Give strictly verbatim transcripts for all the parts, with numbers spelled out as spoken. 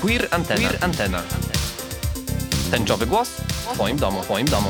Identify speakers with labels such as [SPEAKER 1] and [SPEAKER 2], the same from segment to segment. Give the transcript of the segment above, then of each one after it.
[SPEAKER 1] Queer Antena. Queer Antena. Tęczowy głos w Twoim domu, w Twoim domu.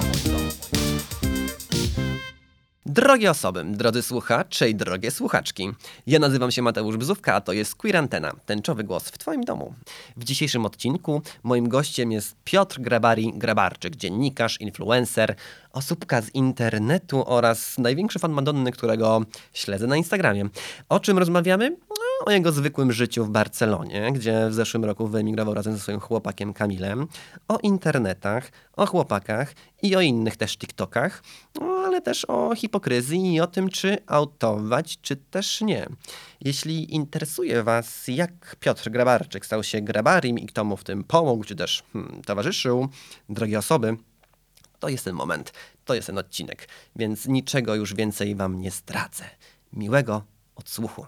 [SPEAKER 1] Drogie osoby, drodzy słuchacze i drogie słuchaczki. Ja nazywam się Mateusz Bzówka, a to jest Queer Antena, tęczowy głos w Twoim domu. W dzisiejszym odcinku moim gościem jest Piotr Grabari-Grabarczyk, dziennikarz, influencer, osóbka z internetu oraz największy fan Madonny, którego śledzę na Instagramie. O czym rozmawiamy? No, o jego zwykłym życiu w Barcelonie, gdzie w zeszłym roku wyemigrował razem ze swoim chłopakiem Kamilem, o internetach, o chłopakach i o innych też TikTokach, no, ale też o hipokryzji i o tym, czy autować, czy też nie. Jeśli interesuje Was, jak Piotr Grabarczyk stał się grabarim i kto mu w tym pomógł, czy też hmm, towarzyszył, drogie osoby, to jest ten moment, to jest ten odcinek, więc niczego już więcej Wam nie zdradzę. Miłego odsłuchu.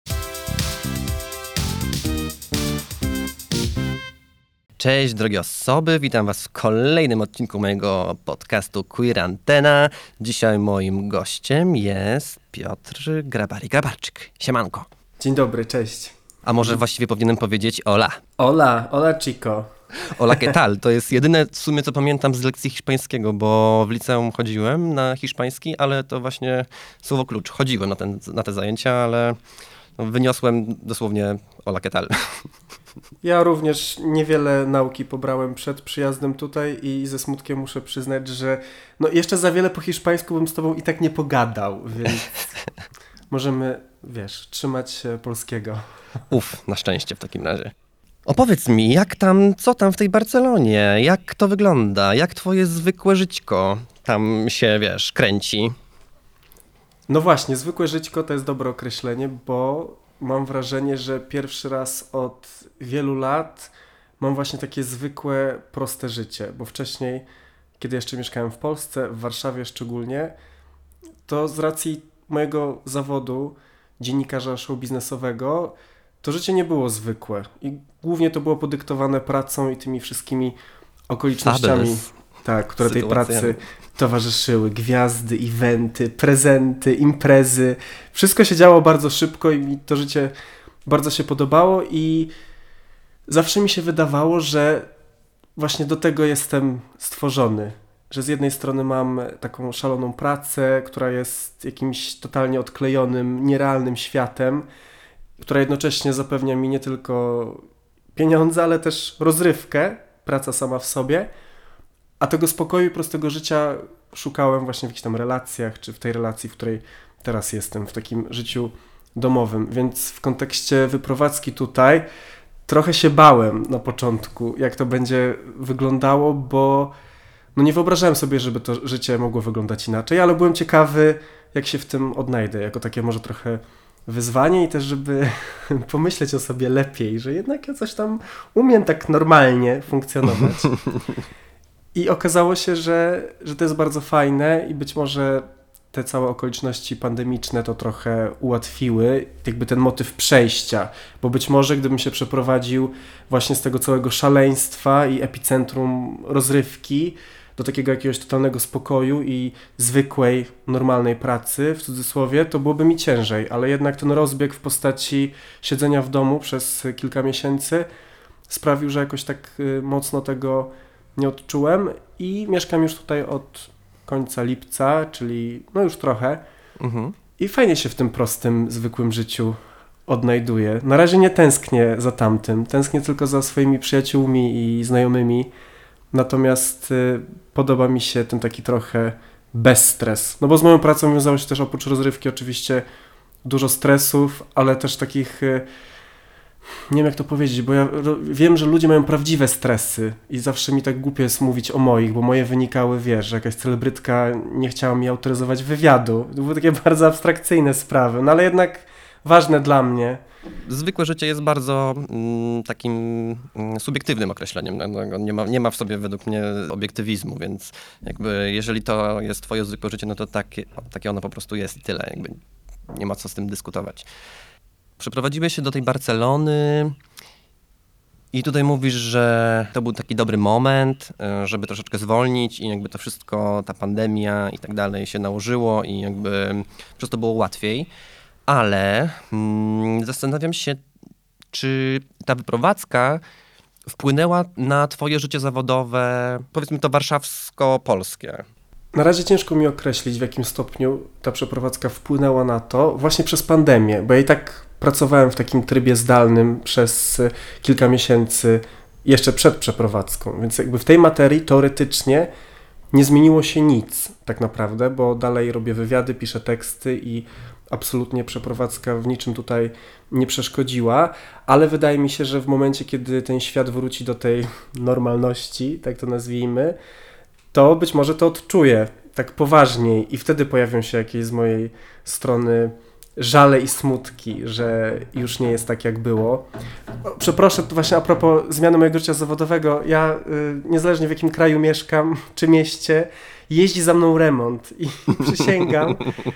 [SPEAKER 1] Cześć drogie osoby, witam Was w kolejnym odcinku mojego podcastu Queer Antena. Dzisiaj moim gościem jest Piotr Grabari-Grabarczyk. Siemanko.
[SPEAKER 2] Dzień dobry, cześć.
[SPEAKER 1] A może właściwie powinienem powiedzieć hola.
[SPEAKER 2] Hola, hola chico.
[SPEAKER 1] Hola, ¿qué tal? To jest jedyne w sumie, co pamiętam z lekcji hiszpańskiego, bo w liceum chodziłem na hiszpański, ale to właśnie słowo klucz. Chodziłem na, ten, na te zajęcia, ale wyniosłem dosłownie hola, ¿qué tal?
[SPEAKER 2] Ja również niewiele nauki pobrałem przed przyjazdem tutaj i ze smutkiem muszę przyznać, że no jeszcze za wiele po hiszpańsku bym z tobą i tak nie pogadał, więc możemy, wiesz, trzymać się polskiego.
[SPEAKER 1] Uf, na szczęście w takim razie. Opowiedz mi, jak tam, co tam w tej Barcelonie, jak to wygląda, jak twoje zwykłe żyćko tam się, wiesz, kręci?
[SPEAKER 2] No właśnie, zwykłe żyćko to jest dobre określenie, bo mam wrażenie, że pierwszy raz od wielu lat mam właśnie takie zwykłe, proste życie, bo wcześniej, kiedy jeszcze mieszkałem w Polsce, w Warszawie szczególnie, to z racji mojego zawodu dziennikarza show biznesowego, to życie nie było zwykłe i głównie to było podyktowane pracą i tymi wszystkimi okolicznościami, tak, które tej pracy towarzyszyły. Gwiazdy, eventy, prezenty, imprezy. Wszystko się działo bardzo szybko i mi to życie bardzo się podobało i zawsze mi się wydawało, że właśnie do tego jestem stworzony. Że z jednej strony mam taką szaloną pracę, która jest jakimś totalnie odklejonym, nierealnym światem, która jednocześnie zapewnia mi nie tylko pieniądze, ale też rozrywkę, praca sama w sobie, a tego spokoju i prostego życia szukałem właśnie w jakichś tam relacjach, czy w tej relacji, w której teraz jestem, w takim życiu domowym. Więc w kontekście wyprowadzki tutaj trochę się bałem na początku, jak to będzie wyglądało, bo no nie wyobrażałem sobie, żeby to życie mogło wyglądać inaczej, ale byłem ciekawy, jak się w tym odnajdę, jako takie może trochę wyzwanie i też, żeby pomyśleć o sobie lepiej, że jednak ja coś tam umiem tak normalnie funkcjonować. I okazało się, że, że to jest bardzo fajne i być może te całe okoliczności pandemiczne to trochę ułatwiły jakby ten motyw przejścia, bo być może gdybym się przeprowadził właśnie z tego całego szaleństwa i epicentrum rozrywki do takiego jakiegoś totalnego spokoju i zwykłej, normalnej pracy, w cudzysłowie, to byłoby mi ciężej, ale jednak ten rozbieg w postaci siedzenia w domu przez kilka miesięcy sprawił, że jakoś tak mocno tego nie odczułem i mieszkam już tutaj od końca lipca, czyli no już trochę mhm. i fajnie się w tym prostym, zwykłym życiu odnajduję. Na razie nie tęsknię za tamtym, tęsknię tylko za swoimi przyjaciółmi i znajomymi, natomiast y, podoba mi się ten taki trochę bezstres, no bo z moją pracą wiązało się też oprócz rozrywki oczywiście dużo stresów, ale też takich y, nie wiem jak to powiedzieć, bo ja wiem, że ludzie mają prawdziwe stresy i zawsze mi tak głupio jest mówić o moich, bo moje wynikały, wiesz, że jakaś celebrytka nie chciała mi autoryzować wywiadu. To były takie bardzo abstrakcyjne sprawy, no ale jednak ważne dla mnie.
[SPEAKER 1] Zwykłe życie jest bardzo mm, takim mm, subiektywnym określeniem. Nie ma, nie ma w sobie według mnie obiektywizmu, więc jakby jeżeli to jest twoje zwykłe życie, no to takie, takie ono po prostu jest i tyle. Jakby nie ma co z tym dyskutować. Przeprowadziłeś się do tej Barcelony i tutaj mówisz, że to był taki dobry moment, żeby troszeczkę zwolnić i jakby to wszystko, ta pandemia i tak dalej się nałożyło i jakby przez to było łatwiej, ale mm, zastanawiam się, czy ta wyprowadzka wpłynęła na twoje życie zawodowe, powiedzmy to warszawsko-polskie?
[SPEAKER 2] Na razie ciężko mi określić, w jakim stopniu ta przeprowadzka wpłynęła na to właśnie przez pandemię, bo ja i tak pracowałem w takim trybie zdalnym przez kilka miesięcy jeszcze przed przeprowadzką, więc jakby w tej materii teoretycznie nie zmieniło się nic tak naprawdę, bo dalej robię wywiady, piszę teksty i absolutnie przeprowadzka w niczym tutaj nie przeszkodziła, ale wydaje mi się, że w momencie, kiedy ten świat wróci do tej normalności, tak to nazwijmy, to być może to odczuję tak poważniej i wtedy pojawią się jakieś z mojej strony żale i smutki, że już nie jest tak, jak było. Przepraszam, to właśnie a propos zmiany mojego życia zawodowego. Ja y, niezależnie w jakim kraju mieszkam, czy mieście, jeździ za mną remont i przysięgam,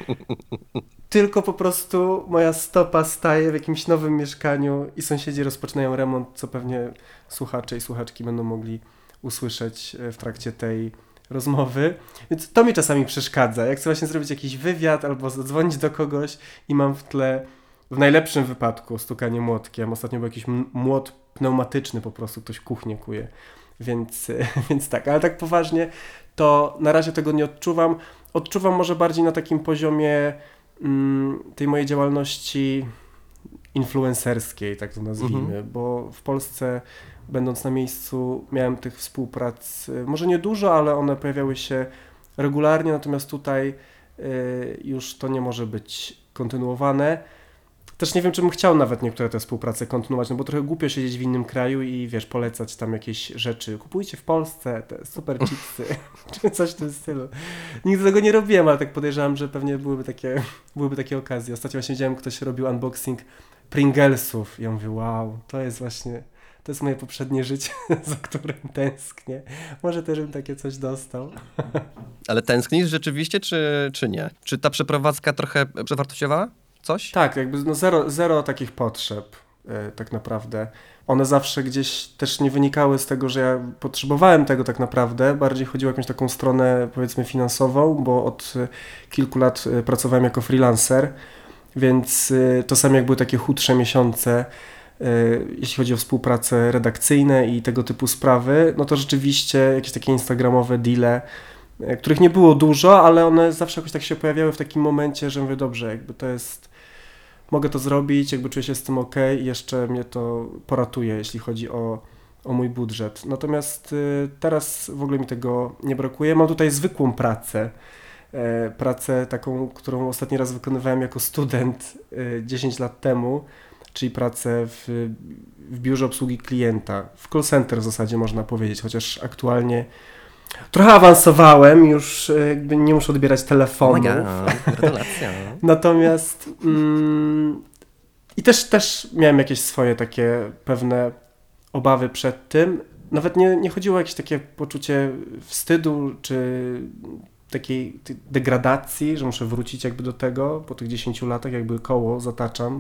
[SPEAKER 2] tylko po prostu moja stopa staje w jakimś nowym mieszkaniu i sąsiedzi rozpoczynają remont, co pewnie słuchacze i słuchaczki będą mogli usłyszeć w trakcie tej rozmowy, więc to mi czasami przeszkadza. Jak chcę właśnie zrobić jakiś wywiad albo zadzwonić do kogoś i mam w tle, w najlepszym wypadku, stukanie młotkiem. Ostatnio był jakiś młot pneumatyczny, po prostu ktoś kuchnię kuje. Więc, więc tak, ale tak poważnie to na razie tego nie odczuwam. Odczuwam może bardziej na takim poziomie mm, tej mojej działalności influencerskiej, tak to nazwijmy, mhm. bo w Polsce będąc na miejscu miałem tych współprac, może nie dużo, ale one pojawiały się regularnie, natomiast tutaj y, już to nie może być kontynuowane. Też nie wiem, czy bym chciał nawet niektóre te współprace kontynuować, no bo trochę głupio siedzieć w innym kraju i wiesz, polecać tam jakieś rzeczy. Kupujcie w Polsce te super chipsy, czy coś w tym stylu. Nigdy tego nie robiłem, ale tak podejrzewam, że pewnie byłyby takie, byłyby takie okazje. Ostatnio właśnie widziałem, ktoś robił unboxing Pringlesów i ja mówię, wow, to jest właśnie... To jest moje poprzednie życie, za którym tęsknię. Może też bym takie coś dostał.
[SPEAKER 1] Ale tęsknisz rzeczywiście, czy, czy nie? Czy ta przeprowadzka trochę przewartościowała coś?
[SPEAKER 2] Tak, jakby no zero, zero takich potrzeb yy, tak naprawdę. One zawsze gdzieś też nie wynikały z tego, że ja potrzebowałem tego tak naprawdę. Bardziej chodziło o jakąś taką stronę, powiedzmy, finansową, bo od kilku lat pracowałem jako freelancer, więc yy, czasami jak były takie chudsze miesiące, jeśli chodzi o współpracę redakcyjne i tego typu sprawy, no to rzeczywiście jakieś takie instagramowe deale, których nie było dużo, ale one zawsze jakoś tak się pojawiały w takim momencie, że mówię, dobrze, jakby to jest, mogę to zrobić, jakby czuję się z tym okej i jeszcze mnie to poratuje, jeśli chodzi o, o mój budżet. Natomiast teraz w ogóle mi tego nie brakuje. Mam tutaj zwykłą pracę, pracę taką, którą ostatni raz wykonywałem jako student dziesięć lat temu, czyli pracę w, w biurze obsługi klienta, w call center w zasadzie można powiedzieć, chociaż aktualnie trochę awansowałem, już jakby nie muszę odbierać telefonów.
[SPEAKER 1] Gratulacje.
[SPEAKER 2] Natomiast mm, i też, też miałem jakieś swoje takie pewne obawy przed tym. Nawet nie, nie chodziło o jakieś takie poczucie wstydu, czy takiej degradacji, że muszę wrócić jakby do tego, po tych dziesięciu latach jakby koło zataczam.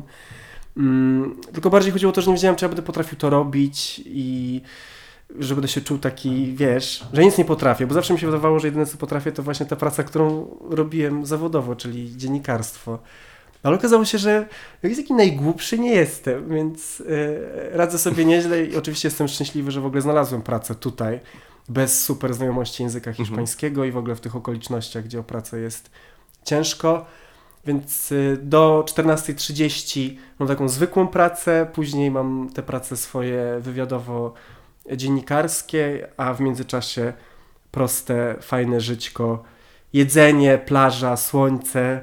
[SPEAKER 2] Mm, tylko bardziej chodziło o to, że nie wiedziałem, czy ja będę potrafił to robić i że będę się czuł taki, wiesz, że nic nie potrafię, bo zawsze mi się wydawało, że jedyne co potrafię to właśnie ta praca, którą robiłem zawodowo, czyli dziennikarstwo. Ale okazało się, że jakiś taki najgłupszy nie jestem, więc yy, radzę sobie nieźle i oczywiście jestem szczęśliwy, że w ogóle znalazłem pracę tutaj, bez super znajomości języka hiszpańskiego mhm. i w ogóle w tych okolicznościach, gdzie o pracę jest ciężko. Więc do czternasta trzydzieści mam taką zwykłą pracę, później mam te prace swoje wywiadowo-dziennikarskie, a w międzyczasie proste, fajne żyćko, jedzenie, plaża, słońce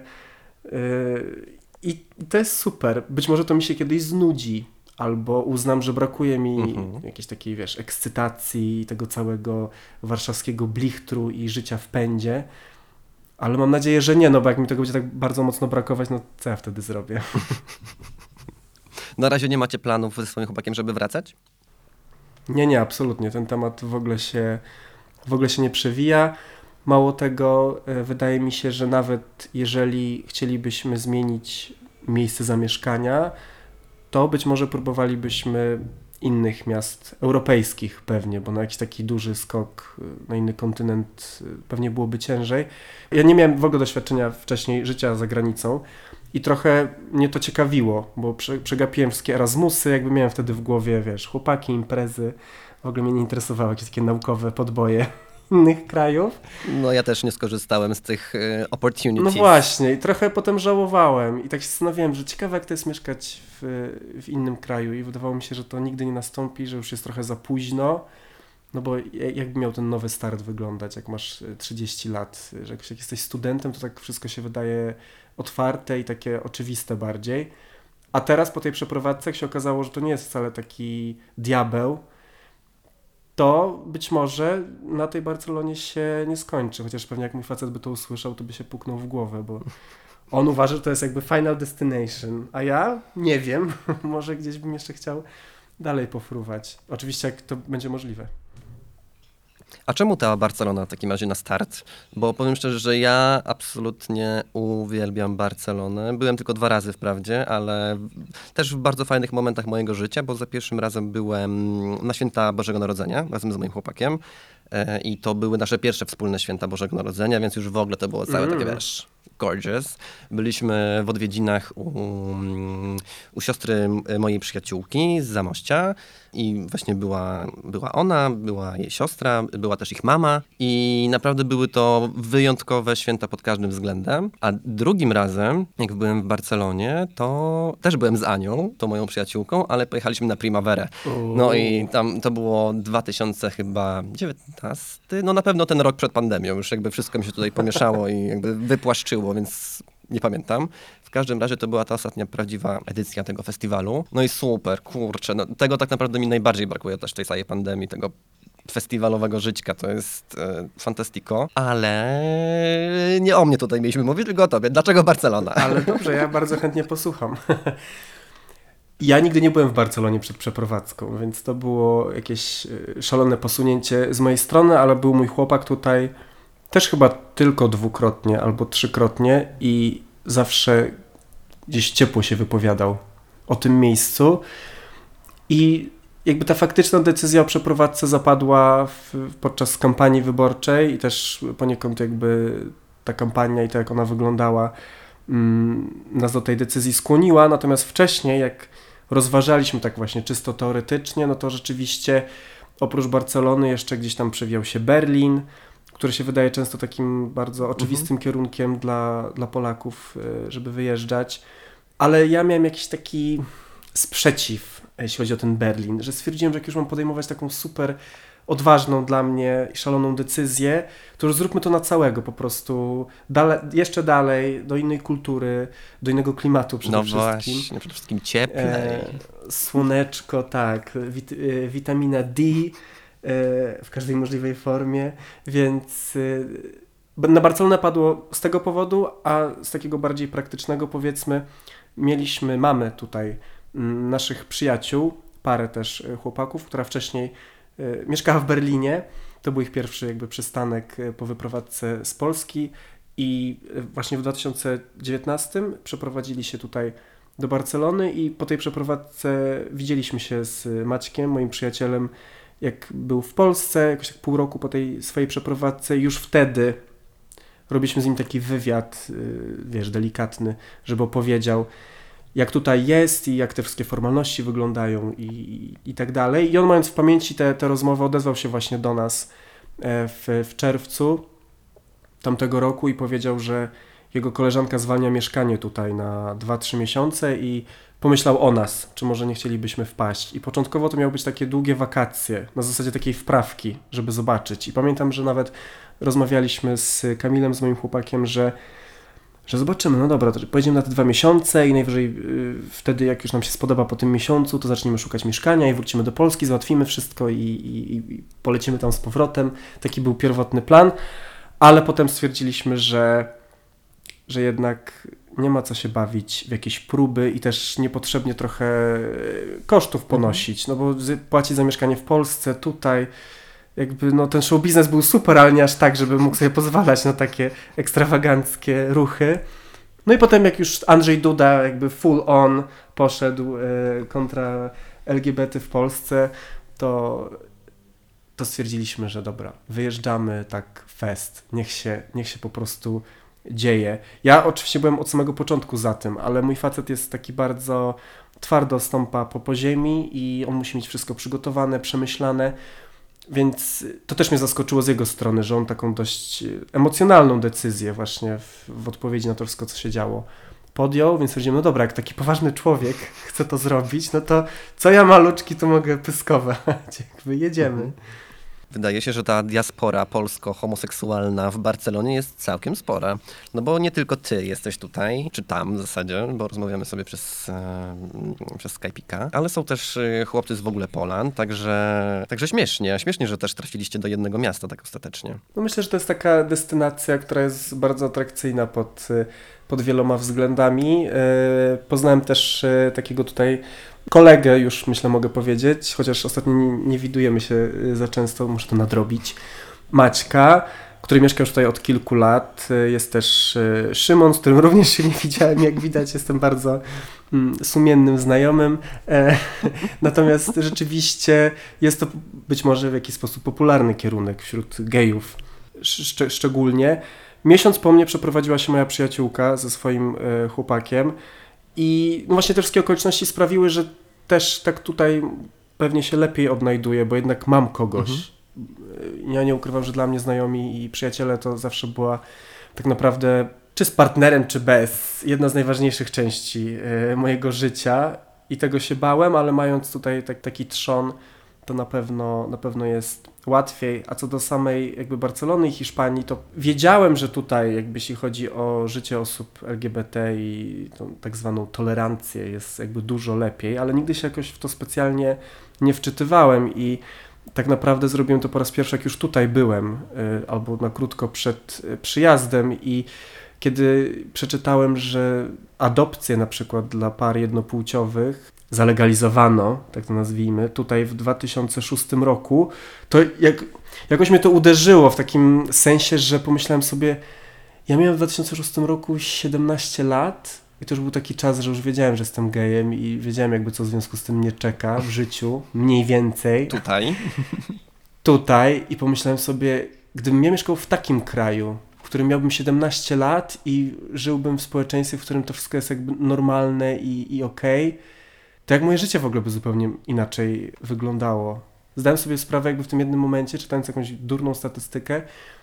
[SPEAKER 2] i to jest super. Być może to mi się kiedyś znudzi, albo uznam, że brakuje mi mhm. jakiejś takiej, wiesz, ekscytacji, tego całego warszawskiego blichtru i życia w pędzie. Ale mam nadzieję, że nie, no bo jak mi tego będzie tak bardzo mocno brakować, no co ja wtedy zrobię?
[SPEAKER 1] Na razie nie macie planów ze swoim chłopakiem, żeby wracać?
[SPEAKER 2] Nie, nie, absolutnie. Ten temat w ogóle się, w ogóle się nie przewija. Mało tego, wydaje mi się, że nawet jeżeli chcielibyśmy zmienić miejsce zamieszkania, to być może próbowalibyśmy innych miast europejskich pewnie, bo na jakiś taki duży skok na inny kontynent pewnie byłoby ciężej. Ja nie miałem w ogóle doświadczenia wcześniej życia za granicą, I trochę mnie to ciekawiło, bo prze, przegapiłem wszystkie Erasmusy, jakby miałem wtedy w głowie, wiesz, chłopaki, imprezy. W ogóle mnie nie interesowały jakieś takie naukowe podboje innych krajów.
[SPEAKER 1] No ja też nie skorzystałem z tych y, opportunities.
[SPEAKER 2] No właśnie, i trochę potem żałowałem i tak się zastanawiałem, że ciekawe jak to jest mieszkać w, w innym kraju i wydawało mi się, że to nigdy nie nastąpi, że już jest trochę za późno, no bo jakby miał ten nowy start wyglądać, jak masz trzydzieści lat, że jak jesteś studentem, to tak wszystko się wydaje otwarte i takie oczywiste bardziej, a teraz po tej przeprowadzce jak się okazało, że to nie jest wcale taki diabeł, to być może na tej Barcelonie się nie skończy, chociaż pewnie jak mój facet by to usłyszał, to by się puknął w głowę, bo on uważa, że to jest jakby final destination, a ja nie wiem, może gdzieś bym jeszcze chciał dalej pofruwać. Oczywiście jak to będzie możliwe.
[SPEAKER 1] A czemu ta Barcelona w takim razie na start? Bo powiem szczerze, że ja absolutnie uwielbiam Barcelonę. Byłem tylko dwa razy wprawdzie, ale też w bardzo fajnych momentach mojego życia, bo za pierwszym razem byłem na święta Bożego Narodzenia razem z moim chłopakiem i to były nasze pierwsze wspólne święta Bożego Narodzenia, więc już w ogóle to było całe
[SPEAKER 2] Mm.
[SPEAKER 1] takie, wiesz, gorgeous. Byliśmy w odwiedzinach u, u siostry mojej przyjaciółki z Zamościa i właśnie była, była ona, była jej siostra, była też ich mama i naprawdę były to wyjątkowe święta pod każdym względem. A drugim razem, jak byłem w Barcelonie, to też byłem z Anią, tą moją przyjaciółką, ale pojechaliśmy na Primaverę. No i tam to było dwa tysiące chyba dziewiętnasty, no na pewno ten rok przed pandemią, już jakby wszystko mi się tutaj pomieszało i jakby wypłaszczyło, więc nie pamiętam. W każdym razie to była ta ostatnia prawdziwa edycja tego festiwalu. No i super, kurczę, no, tego tak naprawdę mi najbardziej brakuje też w tej całej pandemii, tego festiwalowego żyćka, to jest e, fantastico, ale nie o mnie tutaj mieliśmy mówić, tylko o tobie. Dlaczego Barcelona?
[SPEAKER 2] Ale dobrze, ja bardzo chętnie posłucham. Ja nigdy nie byłem w Barcelonie przed przeprowadzką, więc to było jakieś szalone posunięcie z mojej strony, ale był mój chłopak tutaj też chyba tylko dwukrotnie albo trzykrotnie i zawsze gdzieś ciepło się wypowiadał o tym miejscu i jakby ta faktyczna decyzja o przeprowadzce zapadła w, podczas kampanii wyborczej i też poniekąd jakby ta kampania i to jak ona wyglądała mm, nas do tej decyzji skłoniła, natomiast wcześniej jak rozważaliśmy tak właśnie czysto teoretycznie, no to rzeczywiście oprócz Barcelony jeszcze gdzieś tam przewijał się Berlin, który się wydaje często takim bardzo oczywistym mhm. kierunkiem dla, dla Polaków, żeby wyjeżdżać. Ale ja miałem jakiś taki sprzeciw, jeśli chodzi o ten Berlin, że stwierdziłem, że jak już mam podejmować taką super odważną dla mnie i szaloną decyzję, to już zróbmy to na całego po prostu, dale, jeszcze dalej, do innej kultury, do innego klimatu przede
[SPEAKER 1] no
[SPEAKER 2] wszystkim.
[SPEAKER 1] Właśnie, przede wszystkim cieplej.
[SPEAKER 2] E, słoneczko, tak, wit, e, witamina D, w każdej możliwej formie, więc na Barcelonę padło z tego powodu, a z takiego bardziej praktycznego powiedzmy mieliśmy, mamy tutaj naszych przyjaciół, parę też chłopaków, która wcześniej mieszkała w Berlinie, to był ich pierwszy jakby przystanek po wyprowadzce z Polski i właśnie w dwa tysiące dziewiętnastym przeprowadzili się tutaj do Barcelony i po tej przeprowadzce widzieliśmy się z Maćkiem, moim przyjacielem, jak był w Polsce, jakoś tak pół roku po tej swojej przeprowadzce, już wtedy robiliśmy z nim taki wywiad, wiesz, delikatny, żeby opowiedział, jak tutaj jest i jak te wszystkie formalności wyglądają i, i, i tak dalej. I on mając w pamięci te, te rozmowy odezwał się właśnie do nas w, w czerwcu tamtego roku i powiedział, że jego koleżanka zwalnia mieszkanie tutaj na dwa trzy miesiące i pomyślał o nas, czy może nie chcielibyśmy wpaść. I początkowo to miały być takie długie wakacje, na zasadzie takiej wprawki, żeby zobaczyć. I pamiętam, że nawet rozmawialiśmy z Kamilem, z moim chłopakiem, że, że zobaczymy, no dobra, to pojedziemy na te dwa miesiące i najwyżej yy, wtedy, jak już nam się spodoba po tym miesiącu, to zaczniemy szukać mieszkania i wrócimy do Polski, załatwimy wszystko i, i, i polecimy tam z powrotem. Taki był pierwotny plan, ale potem stwierdziliśmy, że że jednak nie ma co się bawić w jakieś próby i też niepotrzebnie trochę kosztów ponosić, no bo płacić za mieszkanie w Polsce, tutaj jakby no ten show biznes był super, ale nie aż tak, żeby mógł sobie pozwalać na takie ekstrawaganckie ruchy. No i potem jak już Andrzej Duda jakby full on poszedł kontra L G B T w Polsce, to to stwierdziliśmy, że dobra, wyjeżdżamy tak fest, niech się, niech się po prostu dzieje. Ja oczywiście byłem od samego początku za tym, ale mój facet jest taki bardzo twardo stąpa po, po ziemi i on musi mieć wszystko przygotowane, przemyślane, więc to też mnie zaskoczyło z jego strony, że on taką dość emocjonalną decyzję właśnie w, w odpowiedzi na to wszystko, co się działo, podjął, więc powiedziałem, no dobra, jak taki poważny człowiek chce to zrobić, no to co ja maluczki tu mogę pyskować, jakby jedziemy.
[SPEAKER 1] Mhm. Wydaje się, że ta diaspora polsko-homoseksualna w Barcelonie jest całkiem spora. No bo nie tylko ty jesteś tutaj, czy tam w zasadzie, bo rozmawiamy sobie przez, e, przez Skype'ika, ale są też e, chłopcy z w ogóle Polan, także, także śmiesznie. Śmiesznie, że też trafiliście do jednego miasta tak ostatecznie.
[SPEAKER 2] No myślę, że to jest taka destynacja, która jest bardzo atrakcyjna pod, pod wieloma względami. Poznałem też takiego tutaj kolegę, już myślę mogę powiedzieć, chociaż ostatnio nie, nie widujemy się za często, muszę to nadrobić, Maćka, który mieszka już tutaj od kilku lat. Jest też Szymon, z którym również się nie widziałem, jak widać jestem bardzo sumiennym znajomym. Natomiast rzeczywiście jest to być może w jakiś sposób popularny kierunek wśród gejów szcz- szczególnie. Miesiąc po mnie przeprowadziła się moja przyjaciółka ze swoim chłopakiem i no właśnie te wszystkie okoliczności sprawiły, że też tak tutaj pewnie się lepiej odnajduję, bo jednak mam kogoś. Mhm. Ja nie ukrywam, że dla mnie znajomi i przyjaciele to zawsze była tak naprawdę, czy z partnerem, czy bez, jedna z najważniejszych części y, mojego życia i tego się bałem, ale mając tutaj tak, taki trzon, to na pewno, na pewno jest łatwiej. A co do samej jakby Barcelony i Hiszpanii, to wiedziałem, że tutaj jakby jeśli chodzi o życie osób L G B T i tą tak zwaną tolerancję jest jakby dużo lepiej, ale nigdy się jakoś w to specjalnie nie wczytywałem i tak naprawdę zrobiłem to po raz pierwszy, jak już tutaj byłem, y, albo na krótko przed y, przyjazdem i kiedy przeczytałem, że adopcje na przykład dla par jednopłciowych zalegalizowano, tak to nazwijmy, tutaj w dwa tysiące szóstym roku, to jak, jakoś mnie to uderzyło w takim sensie, że pomyślałem sobie, ja miałem w dwa tysiące szóstym roku siedemnaście lat i to już był taki czas, że już wiedziałem, że jestem gejem i wiedziałem jakby co w związku z tym mnie czeka w życiu, mniej więcej.
[SPEAKER 1] Tutaj?
[SPEAKER 2] Tutaj i pomyślałem sobie, gdybym ja mieszkał w takim kraju, w którym miałbym siedemnaście lat i żyłbym w społeczeństwie, w którym to wszystko jest jakby normalne i, i okej, okay, to jak moje życie w ogóle by zupełnie inaczej wyglądało. Zdałem sobie sprawę jakby w tym jednym momencie, czytając jakąś durną statystykę,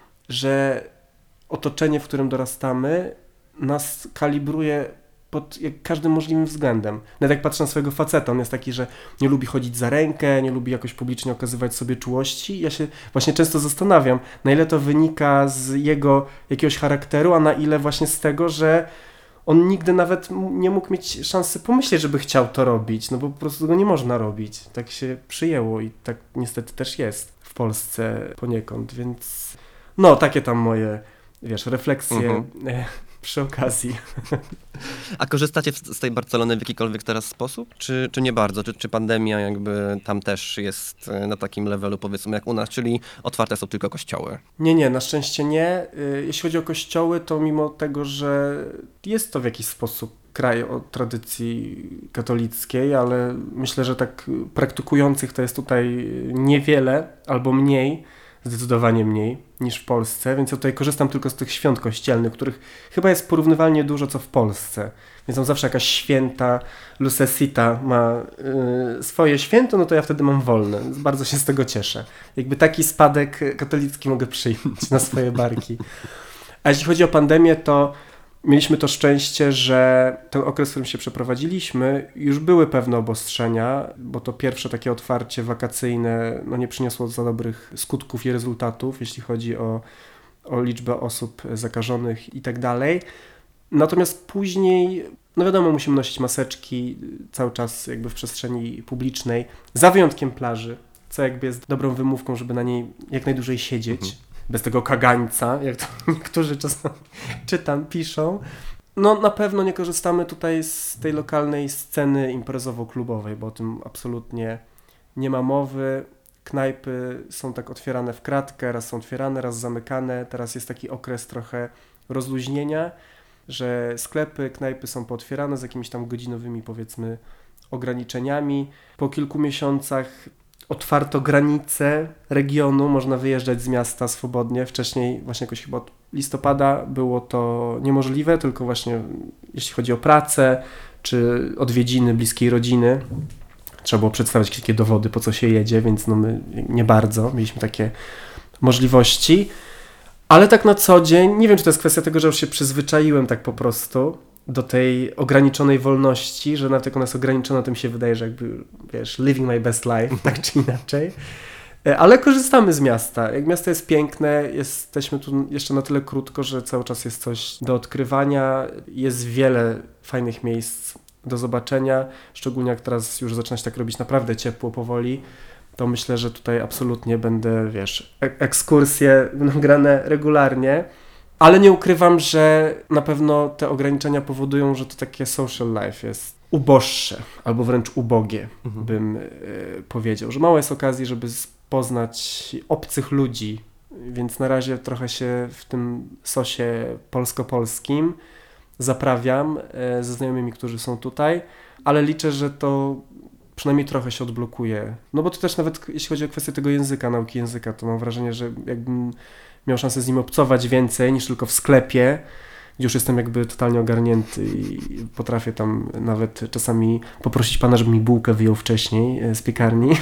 [SPEAKER 2] że otoczenie, w którym dorastamy, nas kalibruje pod jak każdym możliwym względem. Nawet jak patrzę na swojego faceta, on jest taki, że nie lubi chodzić za rękę, nie lubi jakoś publicznie okazywać sobie czułości. Ja się właśnie często zastanawiam, na ile to wynika z jego jakiegoś charakteru, a na ile właśnie z tego, że on nigdy nawet nie mógł mieć szansy pomyśleć, żeby chciał to robić, no bo po prostu go nie można robić. Tak się przyjęło i tak niestety też jest w Polsce poniekąd, więc no takie tam moje, wiesz, refleksje mhm. przy okazji.
[SPEAKER 1] A korzystacie z tej Barcelony w jakikolwiek teraz sposób? Czy, czy nie bardzo? Czy, czy pandemia jakby tam też jest na takim levelu, powiedzmy, jak u nas, czyli otwarte są tylko kościoły?
[SPEAKER 2] Nie, nie, na szczęście nie. Jeśli chodzi o kościoły, to mimo tego, że jest to w jakiś sposób kraj o tradycji katolickiej, ale myślę, że tak praktykujących to jest tutaj niewiele albo mniej, zdecydowanie mniej niż w Polsce, więc ja tutaj korzystam tylko z tych świąt kościelnych, których chyba jest porównywalnie dużo co w Polsce. Więc tam zawsze jakaś święta, Lucesita ma yy, swoje święto, no to ja wtedy mam wolne. Bardzo się z tego cieszę. Jakby taki spadek katolicki mogę przyjąć na swoje barki. A jeśli chodzi o pandemię, to mieliśmy to szczęście, że ten okres, w którym się przeprowadziliśmy, już były pewne obostrzenia, bo to pierwsze takie otwarcie wakacyjne no nie przyniosło za dobrych skutków i rezultatów, jeśli chodzi o, o liczbę osób zakażonych i tak dalej. Natomiast później, no wiadomo, musimy nosić maseczki cały czas jakby w przestrzeni publicznej, za wyjątkiem plaży, co jakby jest dobrą wymówką, żeby na niej jak najdłużej siedzieć. Mhm. Bez tego kagańca, jak to niektórzy czasem czytam, piszą. No na pewno nie korzystamy tutaj z tej lokalnej sceny imprezowo-klubowej, bo o tym absolutnie nie ma mowy. Knajpy są tak otwierane w kratkę, raz są otwierane, raz zamykane. Teraz jest taki okres trochę rozluźnienia, że sklepy, knajpy są pootwierane z jakimiś tam godzinowymi, powiedzmy, ograniczeniami. Po kilku miesiącach otwarto granice regionu, można wyjeżdżać z miasta swobodnie. Wcześniej właśnie jakoś chyba od listopada było to niemożliwe, tylko właśnie jeśli chodzi o pracę, czy odwiedziny bliskiej rodziny. Trzeba było przedstawiać takie dowody, po co się jedzie, więc no my nie bardzo mieliśmy takie możliwości. Ale tak na co dzień, nie wiem, czy to jest kwestia tego, że już się przyzwyczaiłem tak po prostu do tej ograniczonej wolności, że nawet jak ona jest ograniczona, to mi się wydaje, że jakby, wiesz, living my best life, tak czy inaczej. Ale korzystamy z miasta. Jak miasto jest piękne, jesteśmy tu jeszcze na tyle krótko, że cały czas jest coś do odkrywania. Jest wiele fajnych miejsc do zobaczenia, szczególnie jak teraz już zaczyna się tak robić naprawdę ciepło powoli, to myślę, że tutaj absolutnie będę, wiesz, ekskursje będą grane regularnie, ale nie ukrywam, że na pewno te ograniczenia powodują, że to takie social life jest uboższe, albo wręcz ubogie, mhm. bym y, powiedział, że mało jest okazji, żeby poznać obcych ludzi, więc na razie trochę się w tym sosie polsko-polskim zaprawiam y, ze znajomymi, którzy są tutaj, ale liczę, że to przynajmniej trochę się odblokuje. No bo to też nawet jeśli chodzi o kwestię tego języka, nauki języka, to mam wrażenie, że jakbym miał szansę z nim obcować więcej niż tylko w sklepie, gdzie już jestem jakby totalnie ogarnięty i potrafię tam nawet czasami poprosić pana, żeby mi bułkę wyjął wcześniej z piekarni,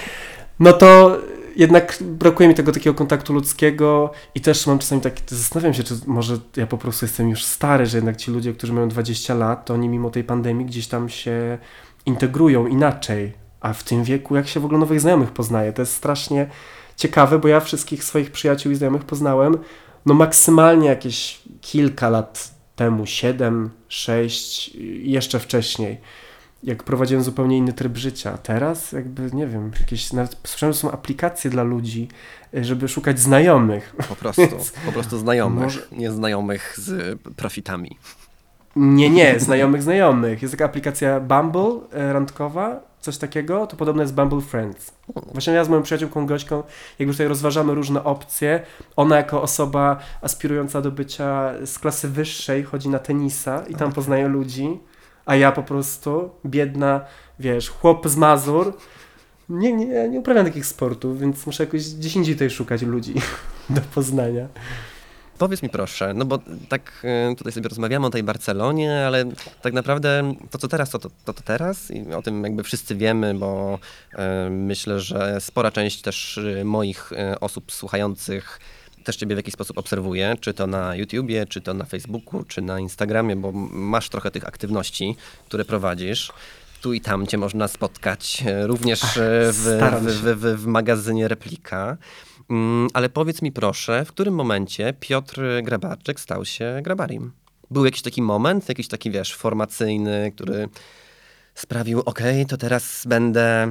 [SPEAKER 2] no to jednak brakuje mi tego takiego kontaktu ludzkiego i też mam czasami takie, zastanawiam się, czy może ja po prostu jestem już stary, że jednak ci ludzie, którzy mają dwadzieścia lat, to oni mimo tej pandemii gdzieś tam się integrują inaczej, a w tym wieku jak się w ogóle nowych znajomych poznaje, to jest strasznie ciekawe, bo ja wszystkich swoich przyjaciół i znajomych poznałem no maksymalnie jakieś kilka lat temu, siedem, sześć, jeszcze wcześniej, jak prowadziłem zupełnie inny tryb życia. Teraz jakby, nie wiem, jakieś, nawet słyszałem, że są aplikacje dla ludzi, żeby szukać znajomych.
[SPEAKER 1] Po prostu, po prostu znajomych, może... nie znajomych z profitami.
[SPEAKER 2] Nie, nie, znajomych znajomych. Jest taka aplikacja Bumble, randkowa, coś takiego, to podobne jest Bumble Friends. Właśnie ja z moją przyjaciółką Gośką, jakby tutaj rozważamy różne opcje, ona jako osoba aspirująca do bycia z klasy wyższej chodzi na tenisa i tam poznaje ludzi, a ja po prostu, biedna, wiesz, chłop z Mazur, nie, nie, nie uprawiam takich sportów, więc muszę jakoś gdzieś indziej tutaj szukać ludzi do poznania.
[SPEAKER 1] Powiedz mi proszę, no bo tak tutaj sobie rozmawiamy o tej Barcelonie, ale tak naprawdę to co teraz, to to, to, to teraz i o tym jakby wszyscy wiemy, bo y, myślę, że spora część też moich y, osób słuchających też ciebie w jakiś sposób obserwuje, czy to na YouTubie, czy to na Facebooku, czy na Instagramie, bo masz trochę tych aktywności, które prowadzisz. Tu i tam cię można spotkać, również Ach, w, w, w, w, w magazynie Replika. Ale powiedz mi proszę, w którym momencie Piotr Grabarczyk stał się Grabarim? Był jakiś taki moment, jakiś taki, wiesz, formacyjny, który sprawił, okej, okay, to teraz będę,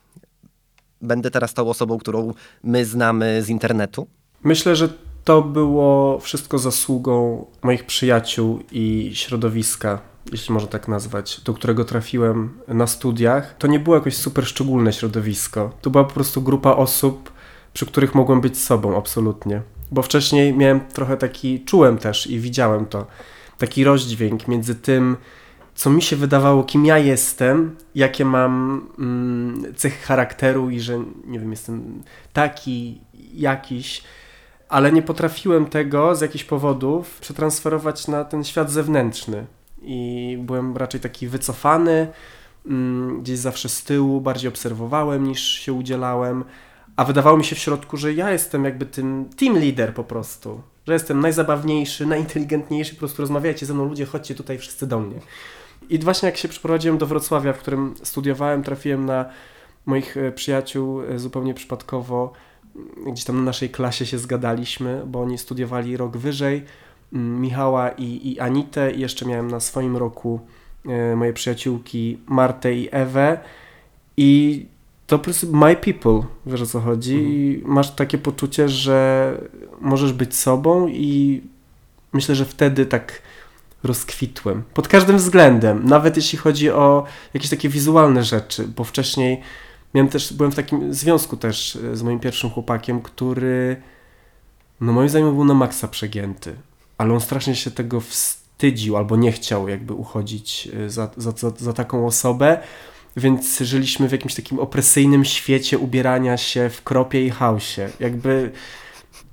[SPEAKER 1] będę teraz tą osobą, którą my znamy z internetu?
[SPEAKER 2] Myślę, że to było wszystko zasługą moich przyjaciół i środowiska, jeśli można tak nazwać, do którego trafiłem na studiach. To nie było jakoś super szczególne środowisko. To była po prostu grupa osób, przy których mogłem być sobą, absolutnie. Bo wcześniej miałem trochę taki, czułem też i widziałem to, taki rozdźwięk między tym, co mi się wydawało, kim ja jestem, jakie mam mm, cechy charakteru i że, nie wiem, jestem taki, jakiś, ale nie potrafiłem tego z jakichś powodów przetransferować na ten świat zewnętrzny. I byłem raczej taki wycofany, mm, gdzieś zawsze z tyłu, bardziej obserwowałem niż się udzielałem. A wydawało mi się w środku, że ja jestem jakby tym team leader po prostu. Że jestem najzabawniejszy, najinteligentniejszy, po prostu rozmawiajcie ze mną ludzie, chodźcie tutaj wszyscy do mnie. I właśnie jak się przeprowadziłem do Wrocławia, w którym studiowałem, trafiłem na moich przyjaciół zupełnie przypadkowo. Gdzieś tam na naszej klasie się zgadaliśmy, bo oni studiowali rok wyżej. Michała i, i Anitę i jeszcze miałem na swoim roku moje przyjaciółki Martę i Ewę. I to po prostu my people, wiesz o co chodzi, mhm. I masz takie poczucie, że możesz być sobą i myślę, że wtedy tak rozkwitłem. Pod każdym względem, nawet jeśli chodzi o jakieś takie wizualne rzeczy, bo wcześniej miałem też, byłem w takim związku też z moim pierwszym chłopakiem, który no moim zdaniem był na maksa przegięty, ale on strasznie się tego wstydził albo nie chciał jakby uchodzić za, za, za, za taką osobę. Więc żyliśmy w jakimś takim opresyjnym świecie ubierania się w kropie i chaosie. Jakby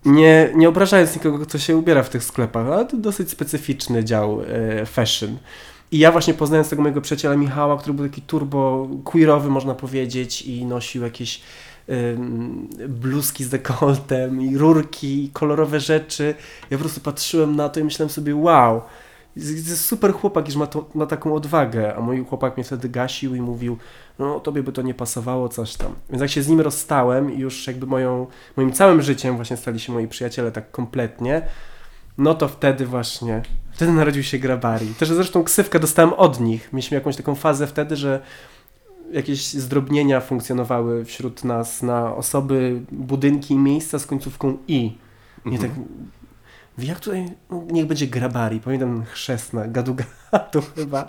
[SPEAKER 2] Nie, nie obrażając nikogo, kto się ubiera w tych sklepach, ale to dosyć specyficzny dział e, fashion. I ja właśnie poznając tego mojego przyjaciela Michała, który był taki turbo queerowy, można powiedzieć, i nosił jakieś y, bluzki z dekoltem i rurki, i kolorowe rzeczy. Ja po prostu patrzyłem na to i myślałem sobie, wow, jest, jest super chłopak, że ma, to, ma taką odwagę. A mój chłopak mnie wtedy gasił i mówił, no tobie by to nie pasowało, coś tam. Więc jak się z nim rozstałem i już jakby moją, moim całym życiem właśnie stali się moi przyjaciele tak kompletnie, no to wtedy właśnie, wtedy narodził się Grabari. Też zresztą ksywkę dostałem od nich. Mieliśmy jakąś taką fazę wtedy, że jakieś zdrobnienia funkcjonowały wśród nas na osoby, budynki i miejsca z końcówką i. Nie tak, jak tutaj, no, niech będzie Grabari. Pamiętam chrzestna, gadu-gadu chyba.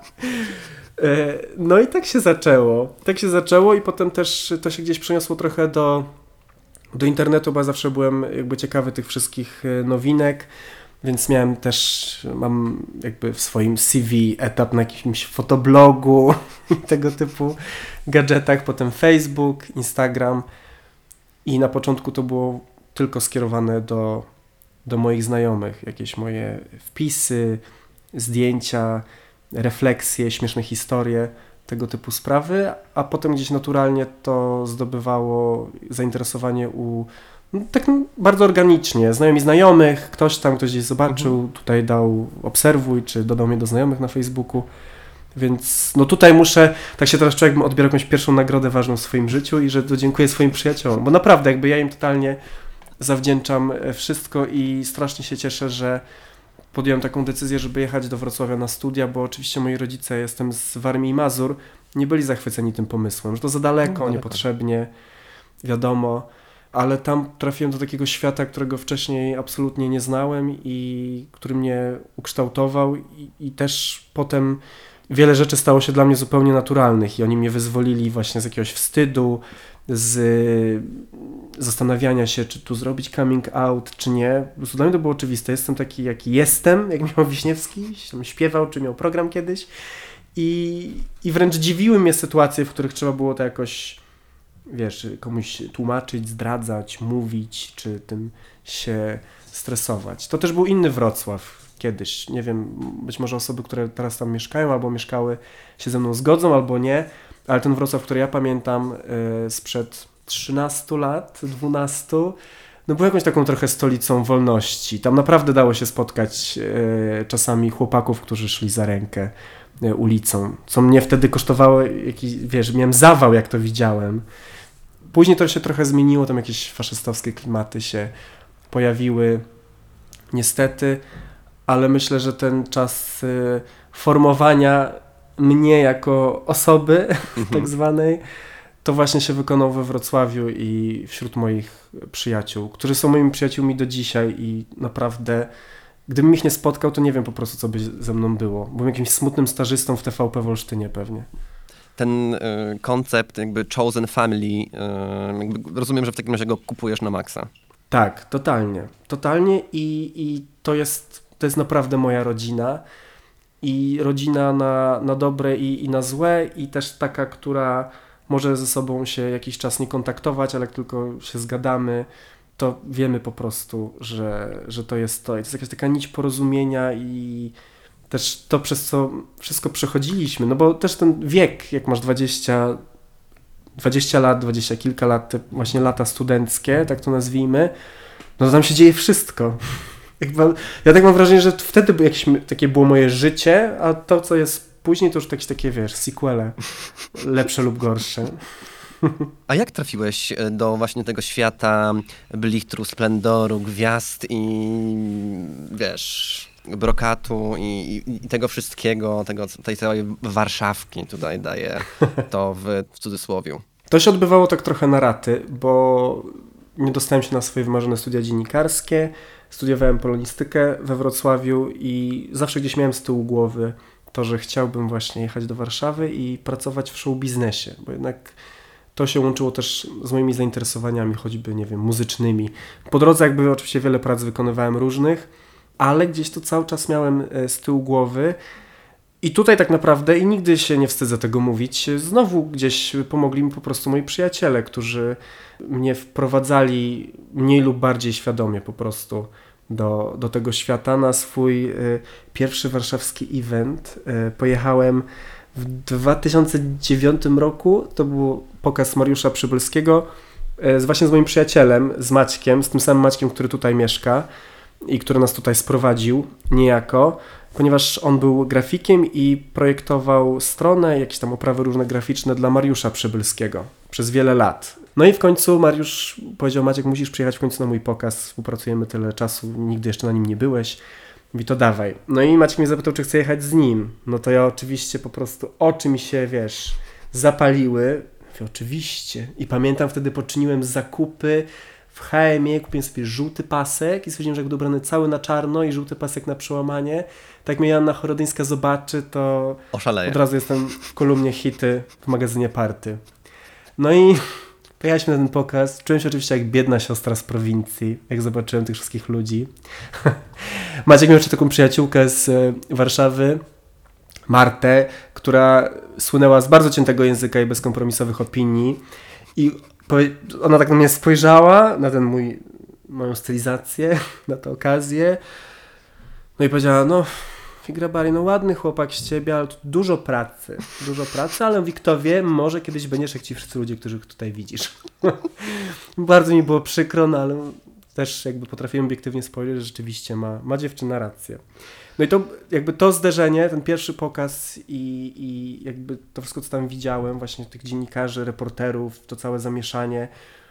[SPEAKER 2] No i tak się zaczęło. Tak się zaczęło i potem też to się gdzieś przeniosło trochę do, do internetu, bo ja zawsze byłem jakby ciekawy tych wszystkich nowinek. Więc miałem też, mam jakby w swoim C V etap na jakimś fotoblogu i tego typu gadżetach, potem Facebook, Instagram i na początku to było tylko skierowane do, do moich znajomych, jakieś moje wpisy, zdjęcia, refleksje, śmieszne historie, tego typu sprawy, a potem gdzieś naturalnie to zdobywało zainteresowanie u No, tak bardzo organicznie. Znajomi znajomych, ktoś tam, ktoś gdzieś zobaczył, mhm. tutaj dał obserwuj, czy dodał mnie do znajomych na Facebooku. Więc no tutaj muszę, tak się teraz czuję, jakbym odbierał jakąś pierwszą nagrodę ważną w swoim życiu i że to dziękuję swoim przyjaciołom. Bo naprawdę jakby ja im totalnie zawdzięczam wszystko i strasznie się cieszę, że podjąłem taką decyzję, żeby jechać do Wrocławia na studia, bo oczywiście moi rodzice, jestem z Warmii i Mazur, nie byli zachwyceni tym pomysłem, że to za daleko, no, niepotrzebnie, wiadomo. Ale tam trafiłem do takiego świata, którego wcześniej absolutnie nie znałem i który mnie ukształtował i, i też potem wiele rzeczy stało się dla mnie zupełnie naturalnych i oni mnie wyzwolili właśnie z jakiegoś wstydu, z zastanawiania się, czy tu zrobić coming out, czy nie. Po prostu dla mnie to było oczywiste. Jestem taki, jaki jestem, jak miał Wiśniewski, śpiewał, czy miał program kiedyś i, i wręcz dziwiły mnie sytuacje, w których trzeba było to jakoś wiesz, komuś tłumaczyć, zdradzać, mówić, czy tym się stresować. To też był inny Wrocław kiedyś. Nie wiem, być może osoby, które teraz tam mieszkają albo mieszkały się ze mną zgodzą, albo nie, ale ten Wrocław, który ja pamiętam yy, sprzed trzynastu lat, dwunastu, no był jakąś taką trochę stolicą wolności. Tam naprawdę dało się spotkać yy, czasami chłopaków, którzy szli za rękę yy, ulicą, co mnie wtedy kosztowało, jakiś, wiesz, miałem zawał, jak to widziałem. Później to się trochę zmieniło, tam jakieś faszystowskie klimaty się pojawiły, niestety, ale myślę, że ten czas y, formowania mnie jako osoby mhm. tak zwanej, to właśnie się wykonał we Wrocławiu i wśród moich przyjaciół, którzy są moimi przyjaciółmi do dzisiaj i naprawdę, gdybym ich nie spotkał, to nie wiem po prostu, co by ze mną było. Byłem jakimś smutnym stażystą w T V P w Olsztynie pewnie.
[SPEAKER 1] Ten y, koncept jakby chosen family, y, jakby rozumiem, że w takim razie go kupujesz na maksa.
[SPEAKER 2] Tak, totalnie. Totalnie i, i to jest, to jest naprawdę moja rodzina i rodzina na, na dobre i, i na złe i też taka, która może ze sobą się jakiś czas nie kontaktować, ale jak tylko się zgadamy, to wiemy po prostu, że, że to jest to. I to jest jakaś taka nić porozumienia i też to, przez co wszystko przechodziliśmy, no bo też ten wiek, jak masz dwadzieścia, dwadzieścia lat, dwadzieścia kilka lat, te właśnie lata studenckie, tak to nazwijmy, no to tam się dzieje wszystko. Jakby, ja tak mam wrażenie, że wtedy jakieś takie było moje życie, a to, co jest później, to już jakieś takie, wiesz, sequele, lepsze lub gorsze.
[SPEAKER 1] A jak trafiłeś do właśnie tego świata blichtru, splendoru, gwiazd i wiesz, brokatu i, i, i tego wszystkiego, tego, tej całej Warszawki, tutaj daję to w, w cudzysłowiu?
[SPEAKER 2] To się odbywało tak trochę na raty, bo nie dostałem się na swoje wymarzone studia dziennikarskie, studiowałem polonistykę we Wrocławiu i zawsze gdzieś miałem z tyłu głowy to, że chciałbym właśnie jechać do Warszawy i pracować w show biznesie, bo jednak to się łączyło też z moimi zainteresowaniami, choćby, nie wiem, muzycznymi. Po drodze jakby oczywiście wiele prac wykonywałem różnych, ale gdzieś to cały czas miałem z tyłu głowy I tutaj tak naprawdę, i nigdy się nie wstydzę tego mówić, znowu gdzieś pomogli mi po prostu moi przyjaciele, którzy mnie wprowadzali mniej lub bardziej świadomie po prostu do, do tego świata. Na swój y, pierwszy warszawski event y, pojechałem w dwa tysiące dziewiątym roku. To był pokaz Mariusza Przybylskiego y, z, właśnie z moim przyjacielem, z Maćkiem, z tym samym Maćkiem, który tutaj mieszka i który nas tutaj sprowadził niejako, ponieważ on był grafikiem i projektował stronę, jakieś tam oprawy różne graficzne dla Mariusza Przybylskiego przez wiele lat. No i w końcu Mariusz powiedział: Maciek, musisz przyjechać w końcu na mój pokaz, współpracujemy tyle czasu, nigdy jeszcze na nim nie byłeś. Mówi: to dawaj. No i Maciek mnie zapytał, czy chcę jechać z nim. No to ja oczywiście po prostu oczy mi się, wiesz, zapaliły. Mówię: oczywiście. I pamiętam, wtedy poczyniłem zakupy w H and M, kupiłem sobie żółty pasek i stwierdziłem, że jak będę ubrany cały na czarno i żółty pasek na przełamanie, tak jak mnie Joanna Chorodyńska zobaczy, to
[SPEAKER 1] Oszaleję.
[SPEAKER 2] od razu jestem w kolumnie hity w magazynie Party. No i pojechaliśmy na ten pokaz. Czułem się oczywiście jak biedna siostra z prowincji, jak zobaczyłem tych wszystkich ludzi. Maciek miał jeszcze taką przyjaciółkę z Warszawy, Martę, która słynęła z bardzo ciętego języka i bezkompromisowych opinii. I ona tak na mnie spojrzała, na ten mój, moją stylizację, na tę okazję. No i powiedziała: no Figrabari, no ładny chłopak z ciebie, ale tu dużo pracy, dużo pracy, ale mówi, kto wie, może kiedyś będziesz jak ci wszyscy ludzie, których tutaj widzisz. Bardzo mi było przykro, no ale też jakby potrafiłem obiektywnie spojrzeć, że rzeczywiście ma, ma dziewczyna rację. No i to jakby to zderzenie, ten pierwszy pokaz i, i jakby to wszystko, co tam widziałem, właśnie tych dziennikarzy, reporterów, to całe zamieszanie,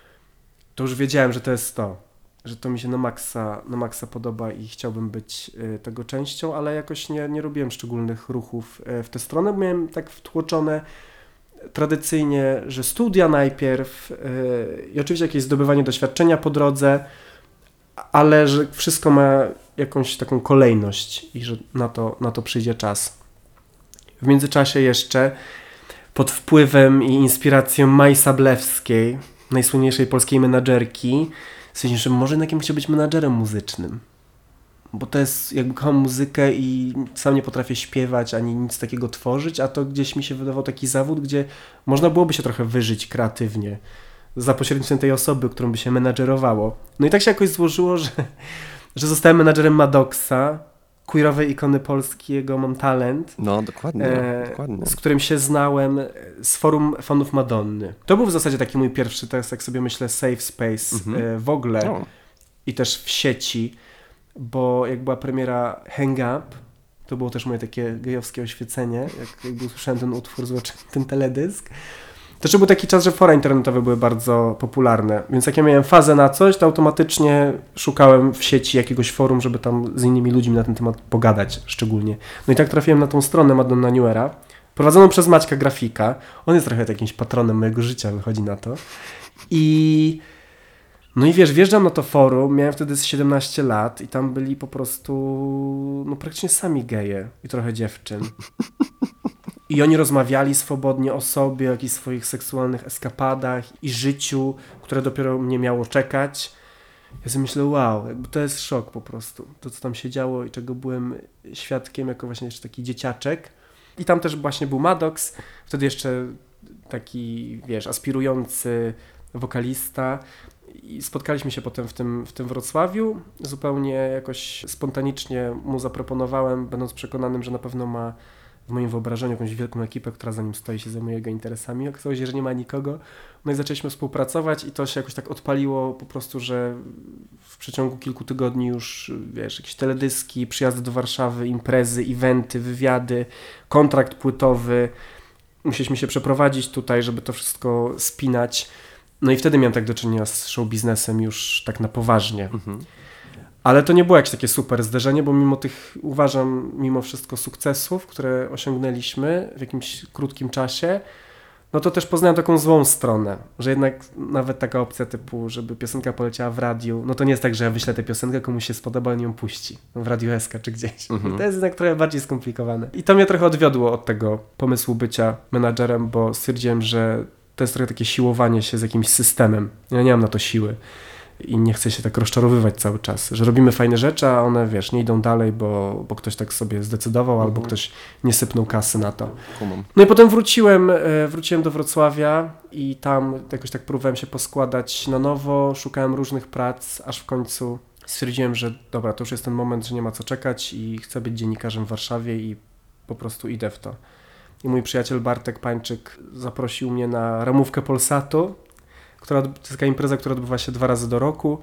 [SPEAKER 2] to już wiedziałem, że to jest to, że to mi się na maksa, na maksa podoba i chciałbym być y, tego częścią, ale jakoś nie, nie robiłem szczególnych ruchów y, w tę stronę, bo miałem tak wtłoczone tradycyjnie, że studia najpierw y, i oczywiście jakieś zdobywanie doświadczenia po drodze, ale że wszystko ma jakąś taką kolejność i że na to, na to przyjdzie czas. W międzyczasie jeszcze pod wpływem i inspiracją Mai Sablewskiej, najsłynniejszej polskiej menadżerki, stwierdziłem, że może jednak chciał być menadżerem muzycznym. Bo to jest, jakby kocham muzykę i sam nie potrafię śpiewać ani nic takiego tworzyć, a to gdzieś mi się wydawał taki zawód, gdzie można byłoby się trochę wyżyć kreatywnie za pośrednictwem tej osoby, którą by się menadżerowało. No i tak się jakoś złożyło, że, że zostałem menadżerem Maddoxa, queerowej ikony polskiego Mam Talent.
[SPEAKER 1] No, dokładnie,
[SPEAKER 2] e,
[SPEAKER 1] dokładnie.
[SPEAKER 2] Z którym się znałem z forum fanów Madonny. To był w zasadzie taki mój pierwszy, teraz jak sobie myślę, safe space mhm. e, w ogóle no. I też w sieci, bo jak była premiera Hang Up, to było też moje takie gejowskie oświecenie, jak, jak usłyszałem ten utwór, zobaczyłem ten teledysk. Też był taki czas, że fora internetowe były bardzo popularne, więc jak ja miałem fazę na coś, to automatycznie szukałem w sieci jakiegoś forum, żeby tam z innymi ludźmi na ten temat pogadać szczególnie. No i tak trafiłem na tą stronę Madonna New Era, prowadzoną przez Maćka Grafika. On jest trochę jakimś patronem mojego życia, wychodzi na to. I no i wiesz, wjeżdżam na to forum, miałem wtedy z siedemnaście lat i tam byli po prostu no praktycznie sami geje i trochę dziewczyn. I oni rozmawiali swobodnie o sobie, o jakichś swoich seksualnych eskapadach i życiu, które dopiero mnie miało czekać. Ja sobie myślę, wow, jakby to jest szok po prostu. To, co tam się działo i czego byłem świadkiem jako właśnie jeszcze taki dzieciaczek. I tam też właśnie był Maddox, wtedy jeszcze taki, wiesz, aspirujący wokalista. I spotkaliśmy się potem w tym, w tym Wrocławiu. Zupełnie jakoś spontanicznie mu zaproponowałem, będąc przekonanym, że na pewno ma w moim wyobrażeniu jakąś wielką ekipę, która za nim stoi, się zajmuje jego interesami. Okazało się, że nie ma nikogo. No i zaczęliśmy współpracować i to się jakoś tak odpaliło po prostu, że w przeciągu kilku tygodni już, wiesz, jakieś teledyski, przyjazdy do Warszawy, imprezy, eventy, wywiady, kontrakt płytowy. Musieliśmy się przeprowadzić tutaj, żeby to wszystko spinać. No i wtedy miałem tak do czynienia z show biznesem już tak na poważnie. Mhm. Ale to nie było jakieś takie super zderzenie, bo mimo tych, uważam, mimo wszystko sukcesów, które osiągnęliśmy w jakimś krótkim czasie, no to też poznałem taką złą stronę, że jednak nawet taka opcja typu, żeby piosenka poleciała w radiu, no to nie jest tak, że ja wyślę tę piosenkę, komuś się spodoba, on ją puści w Radiu S K czy gdzieś. Mhm. To jest jednak trochę bardziej skomplikowane. I to mnie trochę odwiodło od tego pomysłu bycia menadżerem, bo stwierdziłem, że to jest trochę takie siłowanie się z jakimś systemem. Ja nie mam na to siły. i nie chcę się tak rozczarowywać cały czas, że robimy fajne rzeczy, a one, wiesz, nie idą dalej, bo, bo ktoś tak sobie zdecydował, albo ktoś nie sypnął kasy na to. No i potem wróciłem, wróciłem do Wrocławia i tam jakoś tak próbowałem się poskładać na nowo, szukałem różnych prac, aż w końcu stwierdziłem, że dobra, to już jest ten moment, że nie ma co czekać i chcę być dziennikarzem w Warszawie i po prostu idę w to. I mój przyjaciel Bartek Pańczyk zaprosił mnie na ramówkę Polsatu, która, to jest taka impreza, która odbywa się dwa razy do roku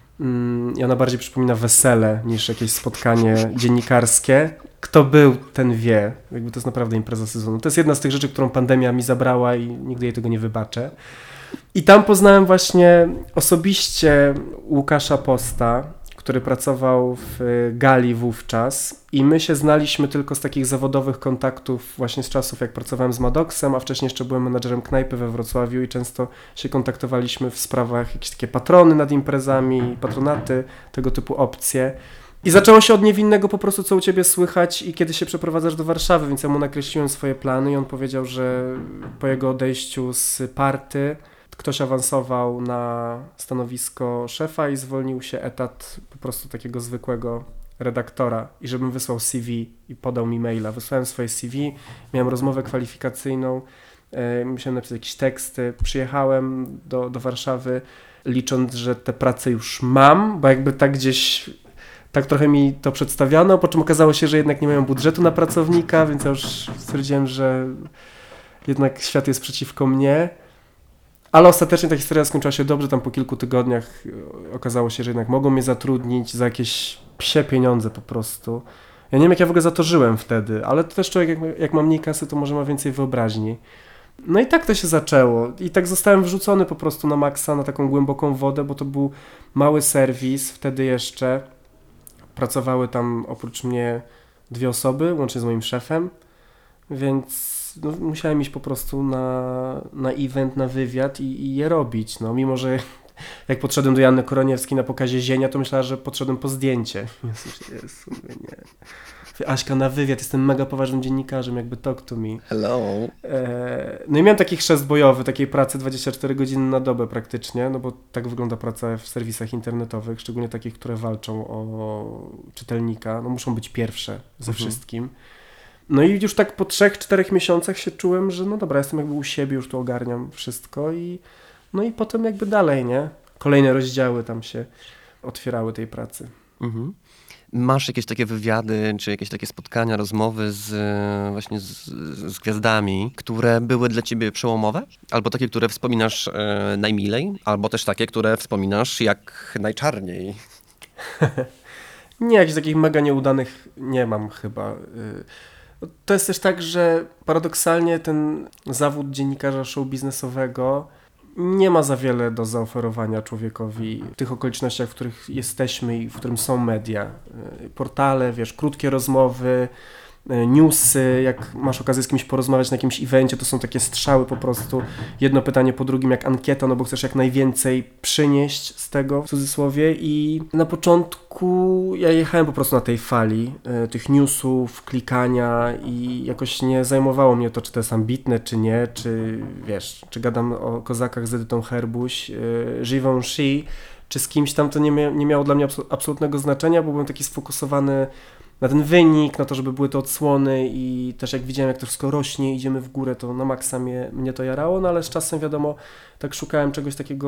[SPEAKER 2] i ona bardziej przypomina wesele niż jakieś spotkanie dziennikarskie. Kto był, ten wie. Jakby to jest naprawdę impreza sezonu. To jest jedna z tych rzeczy, którą pandemia mi zabrała i nigdy jej tego nie wybaczę. I tam poznałem właśnie osobiście Łukasza Posta, który pracował w Gali wówczas i my się znaliśmy tylko z takich zawodowych kontaktów właśnie z czasów, jak pracowałem z Maddoxem, a wcześniej jeszcze byłem menadżerem knajpy we Wrocławiu i często się kontaktowaliśmy w sprawach jakieś takie patrony nad imprezami, patronaty, tego typu opcje. I zaczęło się od niewinnego po prostu, co u ciebie słychać i kiedy się przeprowadzasz do Warszawy, więc ja mu nakreśliłem swoje plany i on powiedział, że po jego odejściu z party ktoś awansował na stanowisko szefa i zwolnił się etat po prostu takiego zwykłego redaktora i żebym wysłał C V i podał mi maila. Wysłałem swoje C V, miałem rozmowę kwalifikacyjną, yy, musiałem napisać jakieś teksty, przyjechałem do, do Warszawy licząc, że te prace już mam, bo jakby tak gdzieś tak trochę mi to przedstawiano, po czym okazało się, że jednak nie mają budżetu na pracownika, więc ja już stwierdziłem, że jednak świat jest przeciwko mnie. Ale ostatecznie ta historia skończyła się dobrze, tam po kilku tygodniach okazało się, że jednak mogą mnie zatrudnić za jakieś psie pieniądze po prostu. Ja nie wiem, jak ja w ogóle za to żyłem wtedy, ale to też człowiek, jak, jak ma mniej kasy, to może ma więcej wyobraźni. No i tak to się zaczęło i tak zostałem wrzucony po prostu na maksa, na taką głęboką wodę, bo to był mały serwis, wtedy jeszcze pracowały tam oprócz mnie dwie osoby, łącznie z moim szefem, więc no, musiałem iść po prostu na, na event, na wywiad i, i je robić. No, mimo że jak podszedłem do Janny Koroniewskiej na pokazie Zienia, to myślałem, że podszedłem po zdjęcie. Jezu, Jezu, nie. Aśka, na wywiad, jestem mega poważnym dziennikarzem, jakby talk to me.
[SPEAKER 1] Hello.
[SPEAKER 2] E, no i miałem taki chrzest bojowy, takiej pracy dwadzieścia cztery godziny na dobę praktycznie, no bo tak wygląda praca w serwisach internetowych, szczególnie takich, które walczą o czytelnika. No muszą być pierwsze ze
[SPEAKER 1] Mhm.
[SPEAKER 2] wszystkim. No i już tak po trzech, czterech miesiącach się czułem, że no dobra, jestem jakby u siebie, już tu ogarniam wszystko i no i potem jakby dalej, nie? Kolejne rozdziały tam się otwierały tej pracy.
[SPEAKER 1] Mhm. Masz jakieś takie wywiady, czy jakieś takie spotkania, rozmowy z właśnie z, z gwiazdami, które były dla ciebie przełomowe? Albo takie, które wspominasz e, najmilej? Albo też takie, które wspominasz jak najczarniej?
[SPEAKER 2] Nie, jakichś takich mega nieudanych nie mam chyba. To jest też tak, że paradoksalnie ten zawód dziennikarza show biznesowego nie ma za wiele do zaoferowania człowiekowi w tych okolicznościach, w których jesteśmy i w którym są media. Portale, wiesz, krótkie rozmowy, newsy, jak masz okazję z kimś porozmawiać na jakimś evencie, to są takie strzały po prostu, jedno pytanie po drugim jak ankieta, no bo chcesz jak najwięcej przynieść z tego, w cudzysłowie, i na początku ja jechałem po prostu na tej fali y, tych newsów, klikania i jakoś nie zajmowało mnie to, czy to jest ambitne, czy nie, czy wiesz, czy gadam o kozakach z Edytą Herbuś, y, Givenchy, czy z kimś tam, to nie, mia- nie miało dla mnie absu- absolutnego znaczenia, bo byłem taki sfokusowany na ten wynik, na to, żeby były te odsłony i też jak widziałem, jak to wszystko rośnie, idziemy w górę, to na maksa mnie, mnie to jarało, no ale z czasem wiadomo, tak szukałem czegoś takiego,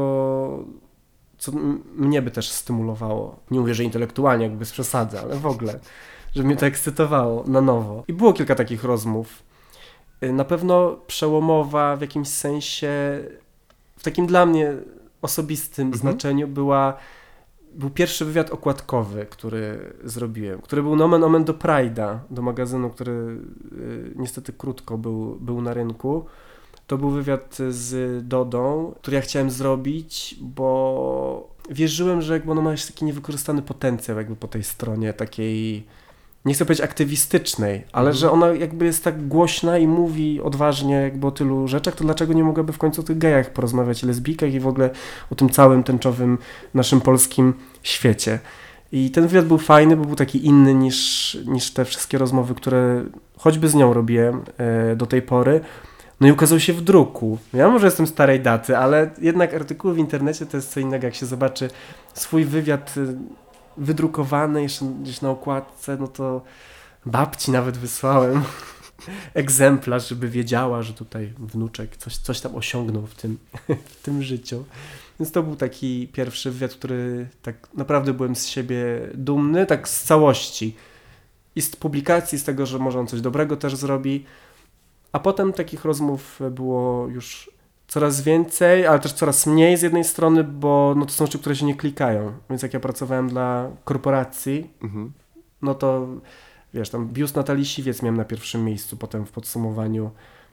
[SPEAKER 2] co m- mnie by też stymulowało. Nie mówię, że intelektualnie, jakby bez przesady, ale w ogóle, żeby mnie to ekscytowało na nowo. I było kilka takich rozmów. Na pewno przełomowa w jakimś sensie, w takim dla mnie osobistym
[SPEAKER 1] Mhm.
[SPEAKER 2] znaczeniu była Był pierwszy wywiad okładkowy, który zrobiłem, który był nomen omen do Pride'a, do magazynu, który y, niestety krótko był, był na rynku. To był wywiad z Dodą, który ja chciałem zrobić, bo wierzyłem, że jakby ono ma jeszcze taki niewykorzystany potencjał jakby po tej stronie takiej, nie chcę powiedzieć aktywistycznej, ale
[SPEAKER 1] Mhm.
[SPEAKER 2] że ona jakby jest tak głośna i mówi odważnie jakby o tylu rzeczach, to dlaczego nie mogłaby w końcu o tych gejach porozmawiać, lesbijkach i w ogóle o tym całym tęczowym naszym polskim świecie. I ten wywiad był fajny, bo był taki inny niż, niż te wszystkie rozmowy, które choćby z nią robiłem e, do tej pory. No i ukazał się w druku. Ja może jestem starej daty, ale jednak artykuły w internecie to jest co innego, jak się zobaczy swój wywiad y, wydrukowany jeszcze gdzieś na okładce, no to babci nawet wysłałem egzemplarz, żeby wiedziała, że tutaj wnuczek coś, coś tam osiągnął w tym, w tym życiu. Więc to był taki pierwszy wywiad, który tak naprawdę byłem z siebie dumny, tak z całości. I z publikacji, z tego, że może on coś dobrego też zrobi. A potem takich rozmów było już coraz więcej, ale też coraz mniej z jednej strony, bo no to są rzeczy, które się nie klikają. Więc jak ja pracowałem dla korporacji, mhm. no to wiesz, tam biust Natalii Siwiec miałem na pierwszym miejscu potem w podsumowaniu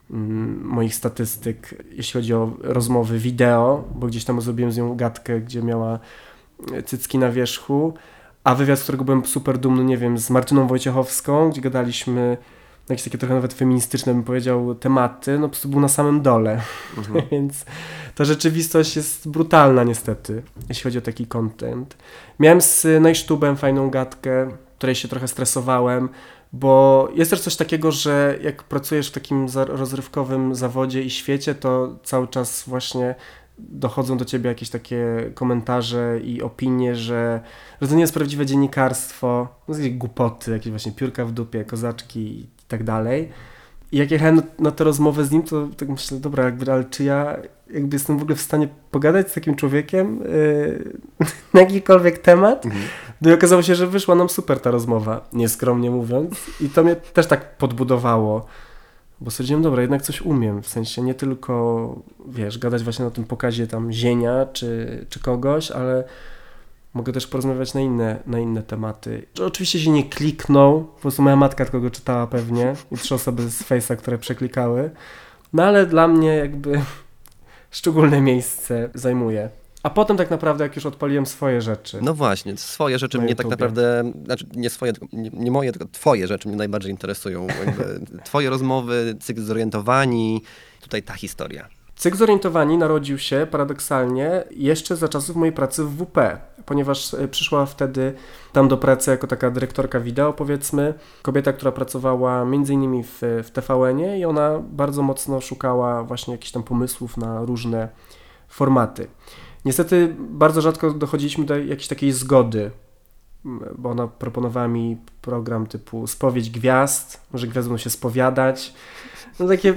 [SPEAKER 2] mm, moich statystyk, jeśli chodzi o rozmowy wideo, bo gdzieś tam zrobiłem z nią gadkę, gdzie miała cycki na wierzchu, a wywiad, z którego byłem super dumny, nie wiem, z Martyną Wojciechowską, gdzie gadaliśmy na jakieś takie trochę nawet feministyczne, bym powiedział, tematy, no po prostu był na samym dole. Mhm. Więc ta rzeczywistość jest brutalna niestety, jeśli chodzi o taki content. Miałem z Najsztubem fajną gadkę, której się trochę stresowałem, bo jest też coś takiego, że jak pracujesz w takim rozrywkowym zawodzie i świecie, to cały czas właśnie dochodzą do ciebie jakieś takie komentarze i opinie, że, że to nie jest prawdziwe dziennikarstwo, no jakieś głupoty, jakieś właśnie piórka w dupie, kozaczki i tak dalej. I jak jechałem na, na tę rozmowę z nim, to tak myślę, dobra, jakby, ale czy ja jakby jestem w ogóle w stanie pogadać z takim człowiekiem yy, na jakikolwiek temat? Mhm. No i okazało się, że wyszła nam super ta rozmowa, nieskromnie mówiąc. I to mnie też tak podbudowało, bo stwierdziłem, dobra, jednak coś umiem, w sensie nie tylko, wiesz, gadać właśnie na tym pokazie tam Zienia czy, czy kogoś, ale mogę też porozmawiać na inne, na inne tematy. Oczywiście się nie kliknął, po prostu moja matka tylko go czytała pewnie i trzy osoby z Face'a, które przeklikały, no ale dla mnie jakby szczególne miejsce zajmuje. A potem tak naprawdę, jak już odpaliłem swoje rzeczy.
[SPEAKER 1] No właśnie, swoje rzeczy mnie tak naprawdę, znaczy nie swoje, tylko, nie, nie moje, tylko twoje rzeczy mnie najbardziej interesują. Jakby twoje rozmowy, cykl Zorientowani, tutaj ta historia.
[SPEAKER 2] Cykl Zorientowani narodził się paradoksalnie jeszcze za czasów mojej pracy w W P, ponieważ przyszła wtedy tam do pracy jako taka dyrektorka wideo, powiedzmy, kobieta, która pracowała między innymi w, w T V N-ie i ona bardzo mocno szukała właśnie jakichś tam pomysłów na różne formaty. Niestety bardzo rzadko dochodziliśmy do jakiejś takiej zgody, bo ona proponowała mi program typu Spowiedź Gwiazd, może gwiazdy będą się spowiadać. No takie,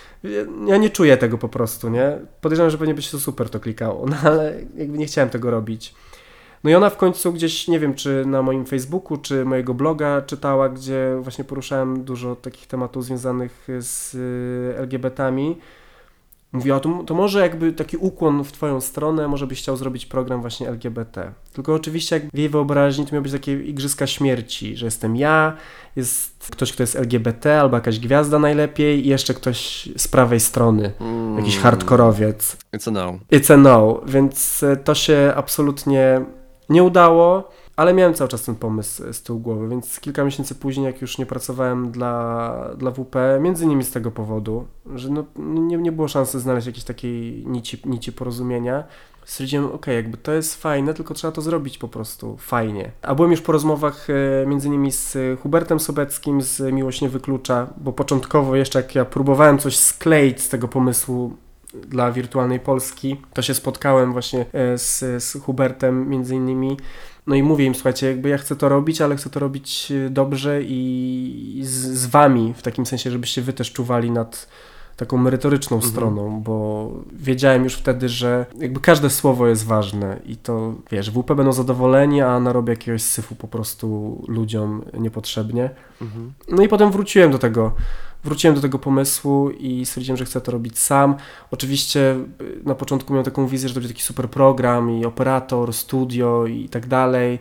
[SPEAKER 2] ja nie czuję tego po prostu, nie? Podejrzewam, że pewnie by się to super to klikało, no ale jakby nie chciałem tego robić. No i ona w końcu gdzieś, nie wiem, czy na moim Facebooku, czy mojego bloga czytała, gdzie właśnie poruszałem dużo takich tematów związanych z L G B T-ami. Mówiła, to, to może jakby taki ukłon w twoją stronę, może byś chciał zrobić program właśnie L G B T. Tylko oczywiście jak w jej wyobraźni to miało być takie igrzyska śmierci, że jestem ja, jest ktoś, kto jest L G B T, albo jakaś gwiazda najlepiej i jeszcze ktoś z prawej strony, mm. jakiś hardkorowiec.
[SPEAKER 1] It's a no.
[SPEAKER 2] It's a no, więc to się absolutnie nie udało, ale miałem cały czas ten pomysł z tyłu głowy, więc kilka miesięcy później, jak już nie pracowałem dla, dla W P, między innymi z tego powodu, że no, nie, nie było szansy znaleźć jakiejś takiej nici, nici porozumienia, stwierdziłem, okej, okay, jakby to jest fajne, tylko trzeba to zrobić po prostu fajnie. A byłem już po rozmowach e, między innymi z Hubertem Sobeckim z Miłość nie wyklucza, bo początkowo jeszcze jak ja próbowałem coś skleić z tego pomysłu dla Wirtualnej Polski, to się spotkałem właśnie e, z, z Hubertem między innymi. No i mówię im, słuchajcie, jakby ja chcę to robić, ale chcę to robić dobrze i z, z wami, w takim sensie, żebyście wy też czuwali nad taką merytoryczną mhm. stroną, bo wiedziałem już wtedy, że jakby każde słowo jest ważne i to, wiesz, W P będą zadowoleni, a narobię jakiegoś syfu po prostu ludziom niepotrzebnie. Mhm. No i potem wróciłem do tego, wróciłem do tego pomysłu i stwierdziłem, że chcę to robić sam. Oczywiście na początku miałem taką wizję, że to będzie taki super program i operator, studio i tak dalej.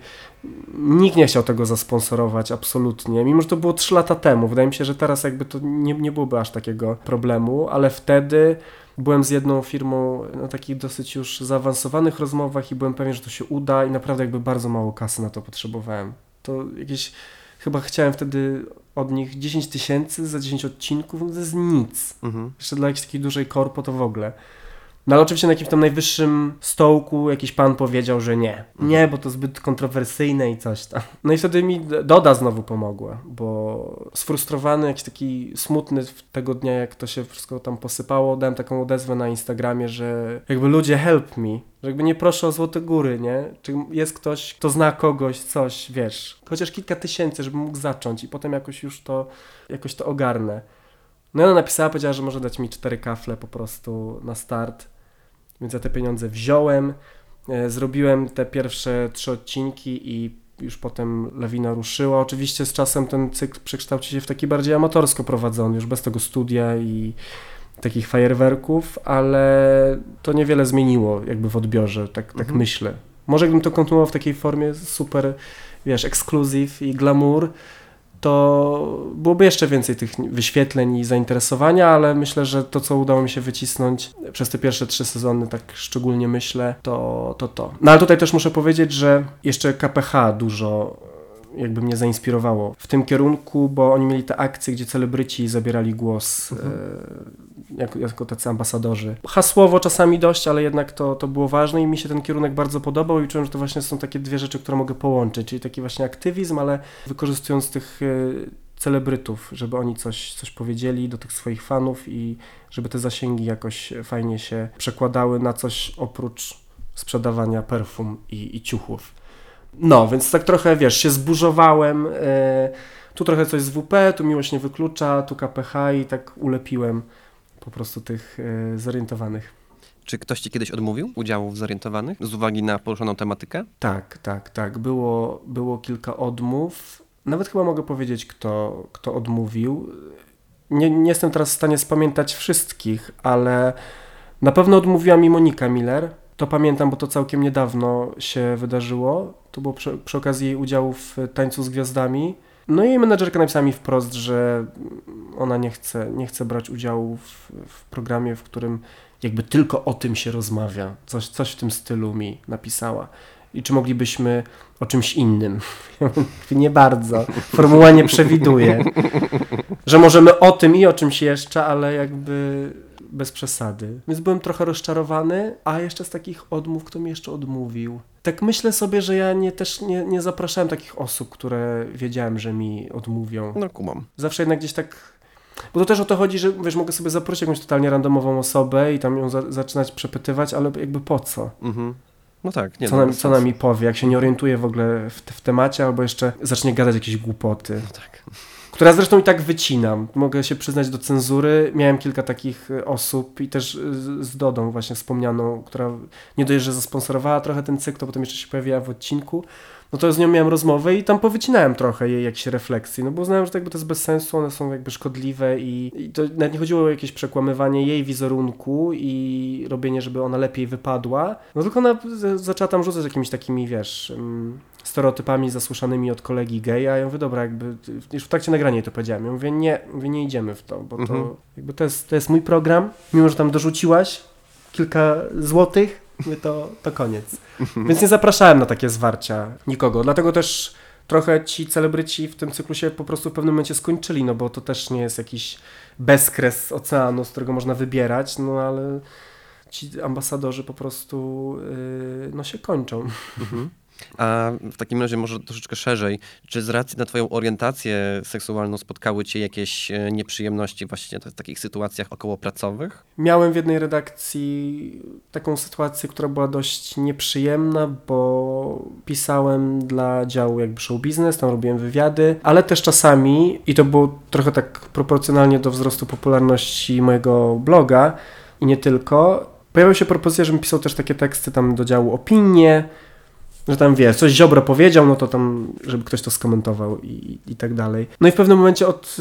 [SPEAKER 2] Nikt nie chciał tego zasponsorować, absolutnie. Mimo, że to było trzy lata temu. Wydaje mi się, że teraz jakby to nie, nie byłoby aż takiego problemu, ale wtedy byłem z jedną firmą na takich dosyć już zaawansowanych rozmowach i byłem pewien, że to się uda i naprawdę jakby bardzo mało kasy na to potrzebowałem. To jakieś, chyba chciałem wtedy od nich dziesięć tysięcy za dziesięć odcinków, no to jest nic. Mhm. Jeszcze dla jakiejś takiej dużej korpo to w ogóle. No ale oczywiście na jakimś tam najwyższym stołku jakiś pan powiedział, że nie. Nie, bo to zbyt kontrowersyjne i coś tam. No i wtedy mi Doda znowu pomogła, bo sfrustrowany, jakiś taki smutny tego dnia, jak to się wszystko tam posypało, dałem taką odezwę na Instagramie, że jakby ludzie help me, że jakby nie proszę o złote góry, nie? Czy jest ktoś, kto zna kogoś, coś, wiesz, chociaż kilka tysięcy, żebym mógł zacząć i potem jakoś już to, jakoś to ogarnę. No i ona napisała, powiedziała, że może dać mi cztery kafle po prostu na start, więc ja te pieniądze wziąłem, e, zrobiłem te pierwsze trzy odcinki i już potem lawina ruszyła. Oczywiście z czasem ten cykl przekształci się w taki bardziej amatorsko prowadzony, już bez tego studia i takich fajerwerków, ale to niewiele zmieniło jakby w odbiorze, tak, tak
[SPEAKER 1] Mhm.
[SPEAKER 2] myślę. Może gdybym to kontynuował w takiej formie super, wiesz, ekskluzyw i glamour, to byłoby jeszcze więcej tych wyświetleń i zainteresowania, ale myślę, że to, co udało mi się wycisnąć przez te pierwsze trzy sezony, tak szczególnie myślę, to to. to. No ale tutaj też muszę powiedzieć, że jeszcze K P H dużo jakby mnie zainspirowało w tym kierunku, bo oni mieli te akcje, gdzie celebryci zabierali głos mhm. e, jako, jako tacy ambasadorzy. Hasłowo czasami dość, ale jednak to, to było ważne i mi się ten kierunek bardzo podobał i czułem, że to właśnie są takie dwie rzeczy, które mogę połączyć, czyli taki właśnie aktywizm, ale wykorzystując tych e, celebrytów, żeby oni coś, coś powiedzieli do tych swoich fanów i żeby te zasięgi jakoś fajnie się przekładały na coś oprócz sprzedawania perfum i, i ciuchów. No, więc tak trochę, wiesz, się zburzowałem, yy, tu trochę coś z W P, tu Miłość nie wyklucza, tu K P H i tak ulepiłem po prostu tych yy, zorientowanych.
[SPEAKER 1] Czy ktoś ci kiedyś odmówił udziału w Zorientowanych z uwagi na poruszoną tematykę?
[SPEAKER 2] Tak, tak, tak. Było, było kilka odmów. Nawet chyba mogę powiedzieć, kto, kto odmówił. Nie, nie jestem teraz w stanie spamiętać wszystkich, ale na pewno odmówiła mi Monika Miller. To pamiętam, bo to całkiem niedawno się wydarzyło. To było przy, przy okazji jej udziału w Tańcu z Gwiazdami. No i jej menadżerka napisała mi wprost, że ona nie chce, nie chce brać udziału w, w programie, w którym jakby tylko o tym się rozmawia. Coś, coś w tym stylu mi napisała. I czy moglibyśmy o czymś innym? Nie bardzo. Formuła nie przewiduje, że możemy o tym i o czymś jeszcze, ale jakby bez przesady. Więc byłem trochę rozczarowany, a jeszcze z takich odmów, kto mi jeszcze odmówił? Tak myślę sobie, że ja nie, też nie, nie zapraszałem takich osób, które wiedziałem, że mi odmówią.
[SPEAKER 1] No kumam.
[SPEAKER 2] Zawsze jednak gdzieś tak... Bo to też o to chodzi, że wiesz, mogę sobie zaprosić jakąś totalnie randomową osobę i tam ją za- zaczynać przepytywać, ale jakby po co?
[SPEAKER 1] Mhm. No tak. Nie,
[SPEAKER 2] Co,
[SPEAKER 1] no,
[SPEAKER 2] nam, co nam mi powie, jak się nie orientuje w ogóle w, te, w temacie, albo jeszcze zacznie gadać jakieś głupoty.
[SPEAKER 1] No tak.
[SPEAKER 2] Które ja zresztą i tak wycinam. Mogę się przyznać do cenzury. Miałem kilka takich osób i też z, z Dodą właśnie wspomnianą, która nie dość, że zasponsorowała trochę ten cykl, to potem jeszcze się pojawiła w odcinku. No to z nią miałem rozmowę i tam powycinałem trochę jej jakieś refleksji, no bo uznałem, że to, jakby to jest bez sensu, one są jakby szkodliwe i, i to nawet nie chodziło o jakieś przekłamywanie jej wizerunku i robienie, żeby ona lepiej wypadła, no tylko ona z- zaczęła tam rzucać jakimiś takimi, wiesz, um, stereotypami zasłyszanymi od kolegi geja, a ja mówię, dobra, jakby, już w trakcie nagrania jej to powiedziałem, ja mówię, nie, mówię, nie idziemy w to, bo
[SPEAKER 1] Mhm.
[SPEAKER 2] to jakby to jest, to jest mój program, mimo że tam dorzuciłaś kilka złotych, mówię, to, to koniec. Więc nie zapraszałem na takie zwarcia nikogo. Dlatego też trochę ci celebryci w tym cyklu się po prostu w pewnym momencie skończyli, no bo to też nie jest jakiś bezkres oceanu, z którego można wybierać, no ale ci ambasadorzy po prostu yy, no się kończą.
[SPEAKER 1] Mhm. A w takim razie może troszeczkę szerzej, czy z racji na twoją orientację seksualną spotkały cię jakieś e, nieprzyjemności właśnie w takich sytuacjach okołopracowych?
[SPEAKER 2] Miałem w jednej redakcji taką sytuację, która była dość nieprzyjemna, bo pisałem dla działu jakby show biznes, tam robiłem wywiady, ale też czasami, i to było trochę tak proporcjonalnie do wzrostu popularności mojego bloga i nie tylko, pojawiła się propozycja, żebym pisał też takie teksty tam do działu opinie, że tam wiesz, coś Ziobro powiedział, no to tam, żeby ktoś to skomentował i, i tak dalej. No i w pewnym momencie od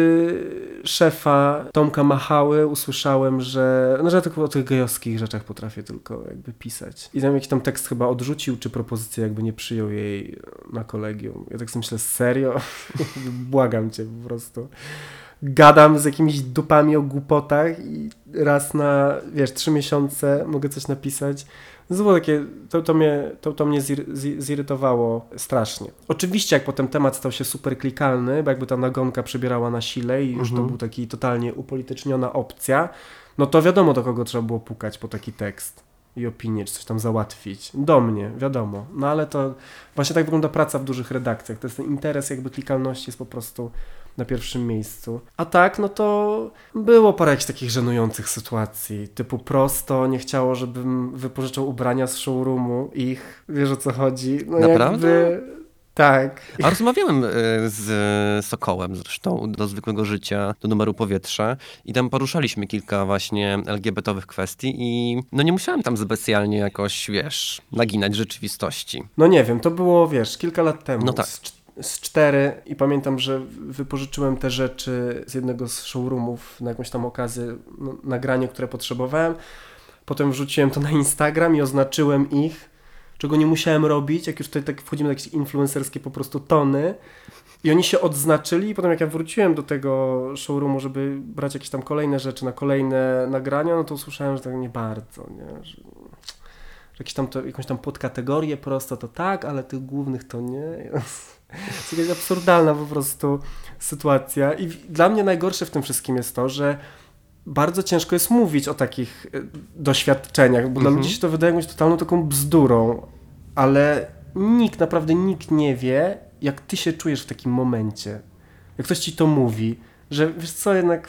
[SPEAKER 2] y, szefa Tomka Machały usłyszałem, że no, że ja tylko o tych gejowskich rzeczach potrafię tylko jakby pisać. I tam jakiś tam tekst chyba odrzucił, czy propozycję jakby nie przyjął jej na kolegium. Ja tak sobie myślę, serio? Błagam cię po prostu. Gadam z jakimiś dupami o głupotach i raz na, wiesz, trzy miesiące mogę coś napisać. To było takie, to, to mnie, to, to mnie zir, zirytowało strasznie. Oczywiście jak potem temat stał się super klikalny, bo jakby ta nagonka przybierała na sile i już
[SPEAKER 1] Mhm.
[SPEAKER 2] to był taki totalnie upolityczniona opcja, no to wiadomo, do kogo trzeba było pukać po taki tekst i opinię, czy coś tam załatwić. Do mnie, wiadomo. No ale to właśnie tak wygląda praca w dużych redakcjach. To jest ten interes jakby klikalności jest po prostu na pierwszym miejscu. A tak, no to było parę jakichś takich żenujących sytuacji. Typu prosto nie chciało, żebym wypożyczał ubrania z showroomu ich. Wiesz, o co chodzi? No
[SPEAKER 1] Naprawdę?
[SPEAKER 2] Jakby... Tak.
[SPEAKER 1] A rozmawiałem y, z Sokołem zresztą do zwykłego życia, do numeru powietrza i tam poruszaliśmy kilka właśnie el gie be te owych kwestii i no nie musiałem tam specjalnie jakoś, wiesz, naginać rzeczywistości.
[SPEAKER 2] No nie wiem, to było, wiesz, kilka lat temu.
[SPEAKER 1] No tak.
[SPEAKER 2] Z, z cztery i pamiętam, że wypożyczyłem te rzeczy z jednego z showroomów na jakąś tam okazję, no, nagranie, które potrzebowałem. Potem wrzuciłem to na Instagram i oznaczyłem ich, czego nie musiałem robić, jak już tutaj tak wchodzimy na jakieś influencerskie po prostu tony i oni się odznaczyli i potem jak ja wróciłem do tego showroomu, żeby brać jakieś tam kolejne rzeczy na kolejne nagrania, no to usłyszałem, że tak nie bardzo, nie? Że, że jakieś tam to, jakąś tam podkategorię prosto to tak, ale tych głównych to nie. To jest absurdalna po prostu sytuacja i dla mnie najgorsze w tym wszystkim jest to, że bardzo ciężko jest mówić o takich doświadczeniach, bo mm-hmm. dla ludzi się to wydaje jakąś totalną taką bzdurą, ale nikt, naprawdę nikt nie wie, jak ty się czujesz w takim momencie. Jak ktoś ci to mówi, że wiesz co, jednak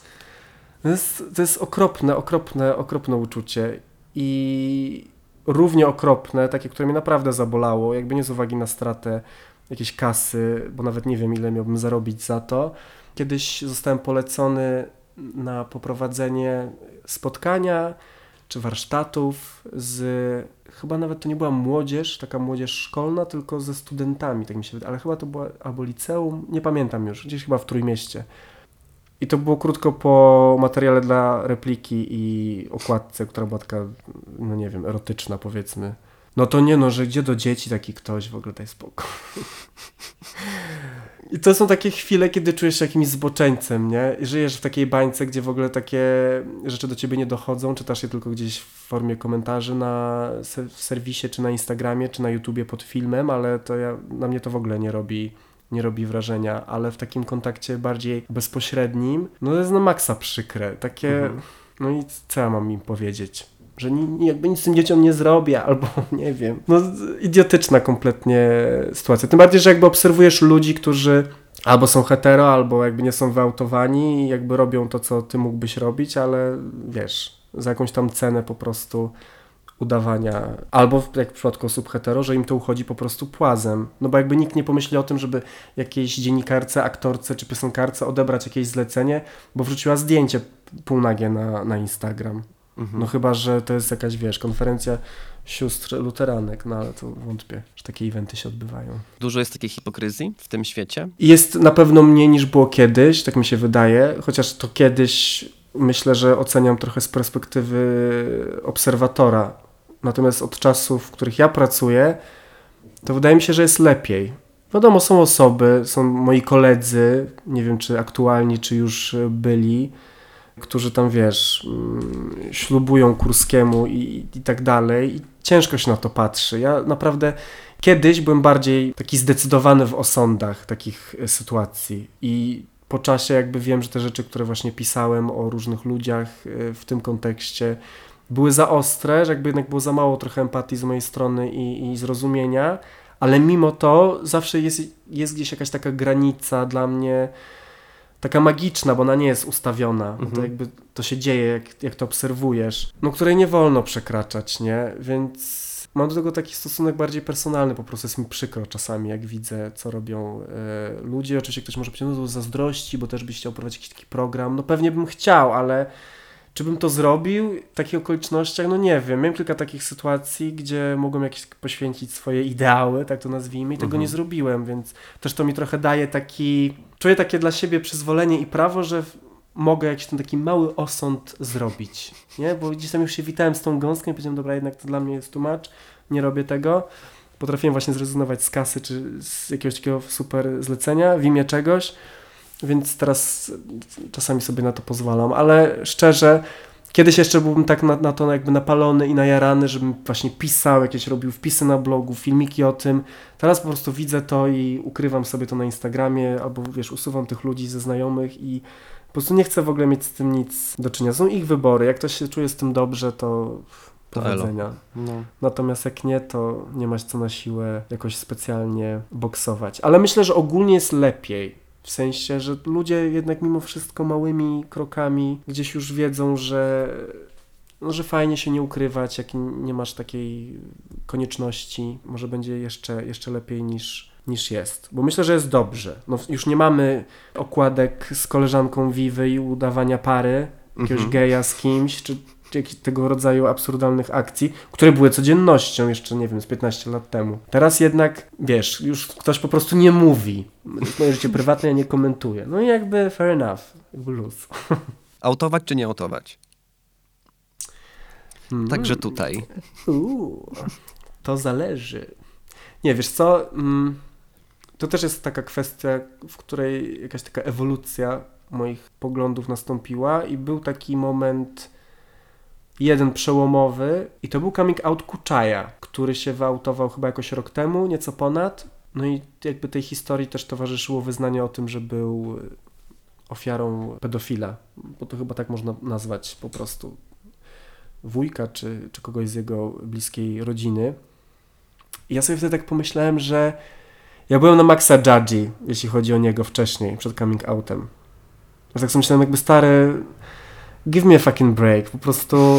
[SPEAKER 2] to jest, to jest okropne, okropne, okropne uczucie i równie okropne, takie, które mnie naprawdę zabolało, jakby nie z uwagi na stratę jakiejś kasy, bo nawet nie wiem, ile miałbym zarobić za to. Kiedyś zostałem polecony na poprowadzenie spotkania czy warsztatów z, chyba nawet to nie była młodzież, taka młodzież szkolna, tylko ze studentami, tak mi się wydaje, ale chyba to była albo liceum, nie pamiętam już, gdzieś chyba w Trójmieście. I to było krótko po materiale dla Repliki i okładce, która była taka, no nie wiem, erotyczna powiedzmy. No to nie no, że gdzie do dzieci taki ktoś, w ogóle daj spokój. I to są takie chwile, kiedy czujesz się jakimś zboczeńcem, nie? I żyjesz w takiej bańce, gdzie w ogóle takie rzeczy do ciebie nie dochodzą, czytasz je tylko gdzieś w formie komentarzy na w serwisie, czy na Instagramie, czy na YouTubie pod filmem, ale to ja, na mnie to w ogóle nie robi, nie robi wrażenia, ale w takim kontakcie bardziej bezpośrednim, no to jest na maksa przykre. Takie, mhm. No i co ja mam im powiedzieć? Że ni, jakby nic z tym dzieciom nie zrobię, albo nie wiem. No idiotyczna kompletnie sytuacja. Tym bardziej, że jakby obserwujesz ludzi, którzy albo są hetero, albo jakby nie są wyautowani i jakby robią to, co ty mógłbyś robić, ale wiesz, za jakąś tam cenę po prostu udawania, albo jak w przypadku osób hetero, że im to uchodzi po prostu płazem. No bo jakby nikt nie pomyśli o tym, żeby jakiejś dziennikarce, aktorce czy piosenkarce odebrać jakieś zlecenie, bo wrzuciła zdjęcie półnagie na, na Instagram. Mhm. No chyba, że to jest jakaś, wiesz, konferencja sióstr luteranek, no ale to wątpię, że takie eventy się odbywają.
[SPEAKER 1] Dużo jest takiej hipokryzji w tym świecie?
[SPEAKER 2] Jest na pewno mniej niż było kiedyś, tak mi się wydaje, chociaż to kiedyś myślę, że oceniam trochę z perspektywy obserwatora. Natomiast od czasów, w których ja pracuję, to wydaje mi się, że jest lepiej. Wiadomo, są osoby, są moi koledzy, nie wiem czy aktualni, czy już byli, którzy tam, wiesz, ślubują Kurskiemu i, i tak dalej i ciężko się na to patrzy. Ja naprawdę kiedyś byłem bardziej taki zdecydowany w osądach takich sytuacji i po czasie jakby wiem, że te rzeczy, które właśnie pisałem o różnych ludziach w tym kontekście były za ostre, że jakby jednak było za mało trochę empatii z mojej strony i, i zrozumienia, ale mimo to zawsze jest, jest gdzieś jakaś taka granica dla mnie taka magiczna, bo ona nie jest ustawiona. Mhm. To jakby to się dzieje, jak, jak to obserwujesz, no której nie wolno przekraczać, nie? Więc mam do tego taki stosunek bardziej personalny, po prostu jest mi przykro czasami, jak widzę, co robią y, ludzie. Oczywiście ktoś może być no, zazdrości, bo też byś chciał prowadzić jakiś taki program. No pewnie bym chciał, ale czy bym to zrobił w takich okolicznościach? No nie wiem. Miałem kilka takich sytuacji, gdzie mogłem jakieś poświęcić swoje ideały, tak to nazwijmy, i tego mhm. nie zrobiłem, więc też to mi trochę daje taki... Czuję takie dla siebie przyzwolenie i prawo, że mogę jakiś ten taki mały osąd zrobić, nie? Bo gdzieś tam już się witałem z tą gąską i powiedziałem, dobra, jednak to dla mnie jest too much, nie robię tego. Potrafiłem właśnie zrezygnować z kasy czy z jakiegoś takiego super zlecenia w imię czegoś, więc teraz czasami sobie na to pozwalam, ale szczerze, kiedyś jeszcze byłbym tak na, na to jakby napalony i najarany, żebym właśnie pisał, jakieś robił wpisy na blogu, filmiki o tym. Teraz po prostu widzę to i ukrywam sobie to na Instagramie albo wiesz, usuwam tych ludzi ze znajomych i prostu nie chcę w ogóle mieć z tym nic do czynienia. Są ich wybory. Jak ktoś się czuje z tym dobrze, to powodzenia.
[SPEAKER 1] No.
[SPEAKER 2] Natomiast jak nie, to nie masz co na siłę jakoś specjalnie boksować. Ale myślę, że ogólnie jest lepiej. W sensie, że ludzie jednak mimo wszystko małymi krokami gdzieś już wiedzą, że, no, że fajnie się nie ukrywać, jak nie masz takiej konieczności. Może będzie jeszcze, jeszcze lepiej niż, niż jest. Bo myślę, że jest dobrze. No, już nie mamy okładek z koleżanką Vivy i udawania pary, jakiegoś
[SPEAKER 1] Mhm.
[SPEAKER 2] geja z kimś, czy, czy jakichś tego rodzaju absurdalnych akcji, które były codziennością jeszcze, nie wiem, z piętnaście lat temu. Teraz jednak, wiesz, już ktoś po prostu nie mówi. Moje życie prywatne ja nie komentuję. No i jakby fair enough. Jakby luz.
[SPEAKER 1] Autować czy nie autować?
[SPEAKER 2] Mm.
[SPEAKER 1] Także tutaj.
[SPEAKER 2] Uuu, to zależy. Nie, wiesz co, mm, to też jest taka kwestia, w której jakaś taka ewolucja moich poglądów nastąpiła i był taki moment jeden przełomowy i to był coming out Kuczaja, który się wyautował chyba jakoś rok temu, nieco ponad. No i jakby tej historii też towarzyszyło wyznanie o tym, że był ofiarą pedofila, bo to chyba tak można nazwać po prostu wujka czy, czy kogoś z jego bliskiej rodziny. I ja sobie wtedy tak pomyślałem, że ja byłem na maksa judgy, jeśli chodzi o niego wcześniej, przed coming outem. Że tak sobie myślałem, jakby stary, give me a fucking break, po prostu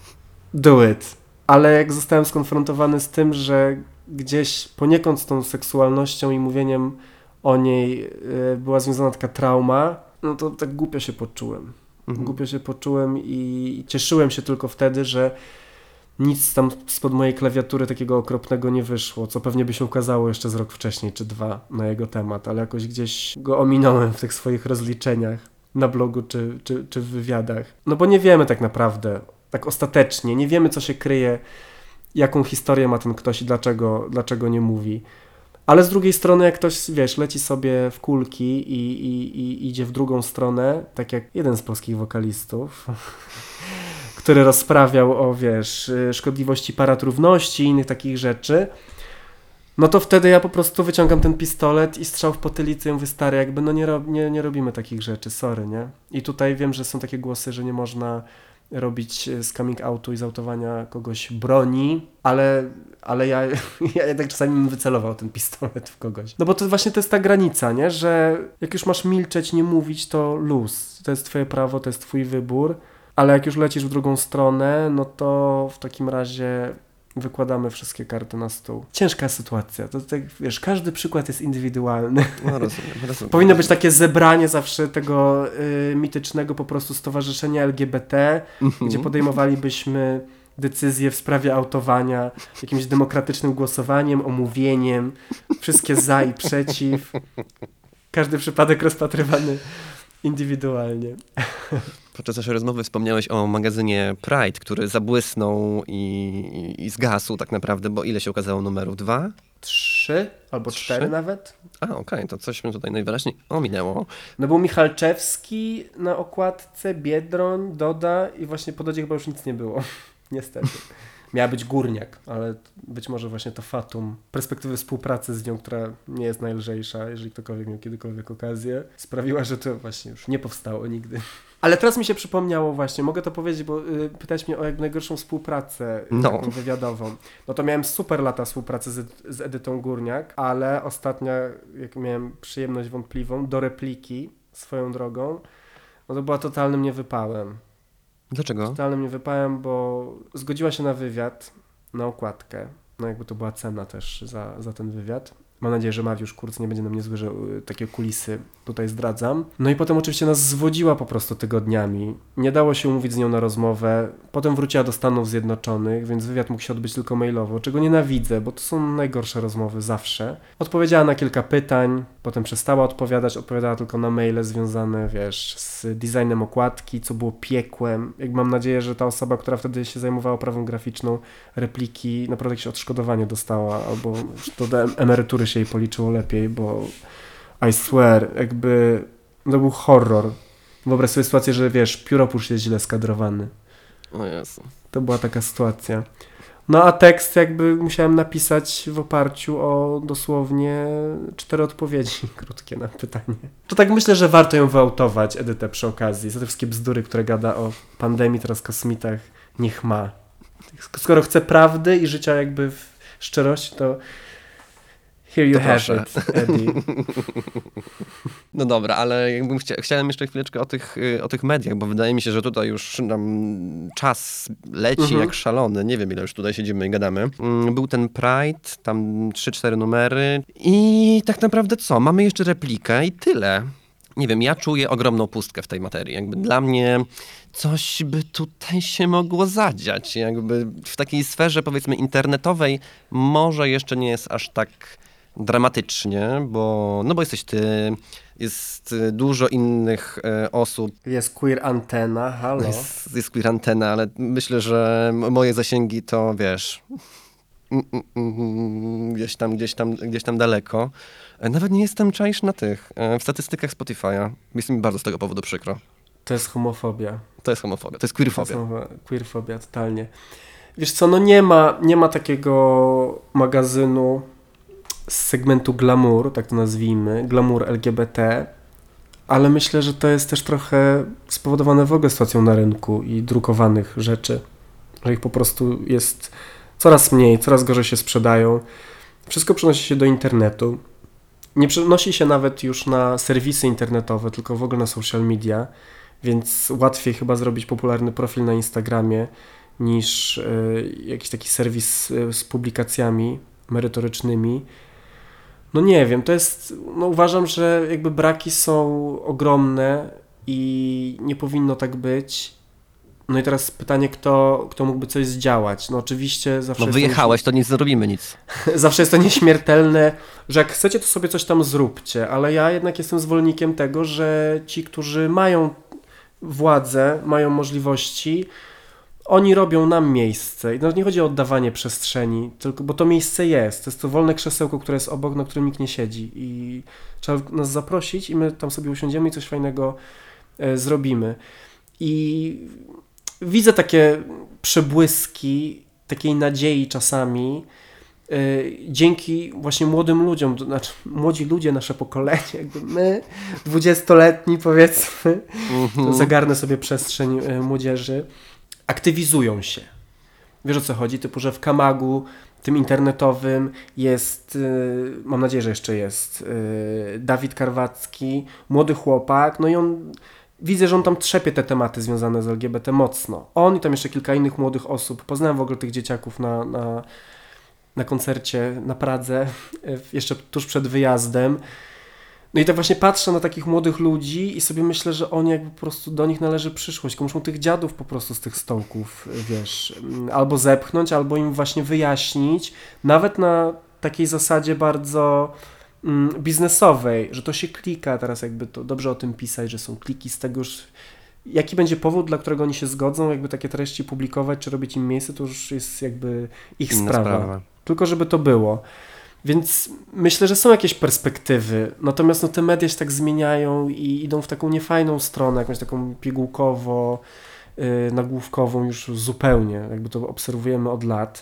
[SPEAKER 2] do it. Ale jak zostałem skonfrontowany z tym, że gdzieś poniekąd z tą seksualnością i mówieniem o niej y, była związana taka trauma, no to tak głupio się poczułem.
[SPEAKER 1] Mhm.
[SPEAKER 2] Głupio się poczułem i cieszyłem się tylko wtedy, że nic tam spod mojej klawiatury takiego okropnego nie wyszło, co pewnie by się ukazało jeszcze z rok wcześniej, czy dwa na jego temat, ale jakoś gdzieś go ominąłem w tych swoich rozliczeniach na blogu, czy, czy, czy w wywiadach. No bo nie wiemy tak naprawdę, tak ostatecznie, nie wiemy co się kryje, jaką historię ma ten ktoś i dlaczego, dlaczego nie mówi. Ale z drugiej strony, jak ktoś, wiesz, leci sobie w kulki i, i, i idzie w drugą stronę, tak jak jeden z polskich wokalistów, który rozprawiał o, wiesz, szkodliwości paratrówności i innych takich rzeczy, no to wtedy ja po prostu wyciągam ten pistolet i strzał w potylicę i mówię, stary, jakby no nie, rob, nie, nie robimy takich rzeczy, sorry, nie? I tutaj wiem, że są takie głosy, że nie można robić z coming outu i z autowania kogoś broni, ale, ale ja, ja jednak czasami bym wycelował ten pistolet w kogoś. No bo to właśnie to jest ta granica, nie? Że jak już masz milczeć, nie mówić, to luz. To jest twoje prawo, to jest twój wybór, ale jak już lecisz w drugą stronę, no to w takim razie wykładamy wszystkie karty na stół. Ciężka sytuacja. To tak, wiesz, każdy przykład jest indywidualny.
[SPEAKER 1] No rozumiem, rozumiem.
[SPEAKER 2] Powinno być takie zebranie zawsze tego y, mitycznego po prostu stowarzyszenia L G B T,
[SPEAKER 1] Mhm.
[SPEAKER 2] gdzie podejmowalibyśmy decyzje w sprawie autowania jakimś demokratycznym głosowaniem, omówieniem, wszystkie za i przeciw. Każdy przypadek rozpatrywany indywidualnie.
[SPEAKER 1] Podczas naszej rozmowy wspomniałeś o magazynie Pride, który zabłysnął i, i, i zgasł tak naprawdę, bo ile się ukazało numerów? Dwa?
[SPEAKER 2] Trzy albo
[SPEAKER 1] Trzy?
[SPEAKER 2] cztery nawet.
[SPEAKER 1] A, okej, to coś mnie tutaj najwyraźniej ominęło.
[SPEAKER 2] No był Michalczewski na okładce, Biedroń, Doda i właśnie po Dodzie chyba już nic nie było. Niestety. Miała być Górniak, ale być może właśnie to fatum perspektywy współpracy z nią, która nie jest najlżejsza, jeżeli ktokolwiek miał kiedykolwiek okazję, sprawiła, że to właśnie już nie powstało nigdy. Ale teraz mi się przypomniało właśnie, mogę to powiedzieć, bo y, pytałeś mnie o jak najgorszą współpracę
[SPEAKER 1] No.
[SPEAKER 2] taką wywiadową. No to miałem super lata współpracy z, z Edytą Górniak, ale ostatnia, jak miałem przyjemność wątpliwą, do repliki swoją drogą, no to była totalnym niewypałem.
[SPEAKER 1] Dlaczego?
[SPEAKER 2] Totalnym niewypałem, bo zgodziła się na wywiad, na okładkę. No jakby to była cena też za, za ten wywiad. Mam nadzieję, że Mariusz Kurz nie będzie na mnie zły, że y, takie kulisy tutaj zdradzam. No i potem oczywiście nas zwodziła po prostu tygodniami. Nie dało się umówić z nią na rozmowę. Potem wróciła do Stanów Zjednoczonych, więc wywiad mógł się odbyć tylko mailowo, czego nienawidzę, bo to są najgorsze rozmowy zawsze. Odpowiedziała na kilka pytań, potem przestała odpowiadać, odpowiadała tylko na maile związane, wiesz, z designem okładki, co było piekłem. Jak mam nadzieję, że ta osoba, która wtedy się zajmowała oprawą graficzną repliki, naprawdę jakieś odszkodowanie dostała, albo to do emerytury się jej policzyło lepiej, bo I swear, jakby to był horror. Wyobraź sobie sytuację, że wiesz, pióropusz jest źle skadrowany.
[SPEAKER 1] O Jezu.
[SPEAKER 2] To była taka sytuacja. No a tekst jakby musiałem napisać w oparciu o dosłownie cztery odpowiedzi krótkie na pytanie. To tak myślę, że warto ją wyautować, Edytę, przy okazji. Za te wszystkie bzdury, które gada o pandemii, teraz kosmitach, niech ma. Skoro chce prawdy i życia jakby w szczerości, to here you have it, Eddie.
[SPEAKER 1] No dobra, ale jakbym chcia, chciałem jeszcze chwileczkę o tych, y, o tych mediach, bo wydaje mi się, że tutaj już nam czas leci
[SPEAKER 2] Mhm.
[SPEAKER 1] jak szalony. Nie wiem, ile już tutaj siedzimy i gadamy. Mm, Był ten Pride, tam trzy cztery numery i tak naprawdę co? Mamy jeszcze replikę i tyle. Nie wiem, ja czuję ogromną pustkę w tej materii. Jakby dla mnie coś by tutaj się mogło zadziać. Jakby w takiej sferze, powiedzmy, internetowej może jeszcze nie jest aż tak dramatycznie, bo, no bo jesteś ty, jest y, dużo innych e, osób,
[SPEAKER 2] Jest queer antena, halo.
[SPEAKER 1] jest, jest queer antena, ale myślę, że m- moje zasięgi to, wiesz, mm, mm, mm, gdzieś tam, gdzieś tam, gdzieś tam daleko. E, Nawet nie jestem czaisz na tych, e, w statystykach Spotify'a. Jest mi bardzo z tego powodu przykro.
[SPEAKER 2] To jest homofobia.
[SPEAKER 1] To jest homofobia, to jest
[SPEAKER 2] To
[SPEAKER 1] queerfobia.
[SPEAKER 2] jest queerfobia, totalnie. Wiesz co, no nie ma, nie ma takiego magazynu z segmentu glamour, tak to nazwijmy, glamour L G B T, ale myślę, że to jest też trochę spowodowane w ogóle sytuacją na rynku i drukowanych rzeczy, że ich po prostu jest coraz mniej, coraz gorzej się sprzedają. Wszystko przenosi się do internetu. Nie przenosi się nawet już na serwisy internetowe, tylko w ogóle na social media, więc łatwiej chyba zrobić popularny profil na Instagramie niż y, jakiś taki serwis y, z publikacjami merytorycznymi. No nie wiem, to jest, no uważam, że jakby braki są ogromne i nie powinno tak być. No i teraz pytanie, kto, kto mógłby coś zdziałać? No oczywiście zawsze
[SPEAKER 1] No
[SPEAKER 2] jest
[SPEAKER 1] wyjechałeś, to nie zrobimy nic.
[SPEAKER 2] to, zawsze jest to nieśmiertelne, że jak chcecie, to sobie coś tam zróbcie, ale ja jednak jestem zwolennikiem tego, że ci, którzy mają władzę, mają możliwości, oni robią nam miejsce. I nawet nie chodzi o oddawanie przestrzeni, tylko, bo to miejsce jest. To jest to wolne krzesełko, które jest obok, na którym nikt nie siedzi. I trzeba nas zaprosić i my tam sobie usiądziemy i coś fajnego e, zrobimy. I widzę takie przebłyski takiej nadziei czasami e, dzięki właśnie młodym ludziom, to znaczy młodzi ludzie, nasze pokolenie, jakby my, dwudziestoletni powiedzmy, to zagarnę sobie przestrzeń e, młodzieży, aktywizują się. Wiesz, o co chodzi? Typu, że w Kamagu tym internetowym jest, yy, mam nadzieję, że jeszcze jest, yy, Dawid Karwacki, młody chłopak, no i on, widzę, że on tam trzepie te tematy związane z L G B T mocno. On i tam jeszcze kilka innych młodych osób. Poznałem w ogóle tych dzieciaków na, na, na koncercie na Pradze, yy, jeszcze tuż przed wyjazdem. No i tak właśnie patrzę na takich młodych ludzi i sobie myślę, że oni jakby po prostu do nich należy przyszłość, tylko muszą tych dziadów po prostu z tych stołków, wiesz, albo zepchnąć, albo im właśnie wyjaśnić, nawet na takiej zasadzie bardzo mm, biznesowej, że to się klika, teraz jakby to dobrze o tym pisać, że są kliki z tego już, jaki będzie powód, dla którego oni się zgodzą, jakby takie treści publikować, czy robić im miejsce, to już jest jakby ich
[SPEAKER 1] Inna
[SPEAKER 2] sprawa.
[SPEAKER 1] sprawa.
[SPEAKER 2] Tylko żeby to było. Więc myślę, że są jakieś perspektywy, natomiast no, te media się tak zmieniają i idą w taką niefajną stronę, jakąś taką pigułkowo, yy, nagłówkową już zupełnie, jakby to obserwujemy od lat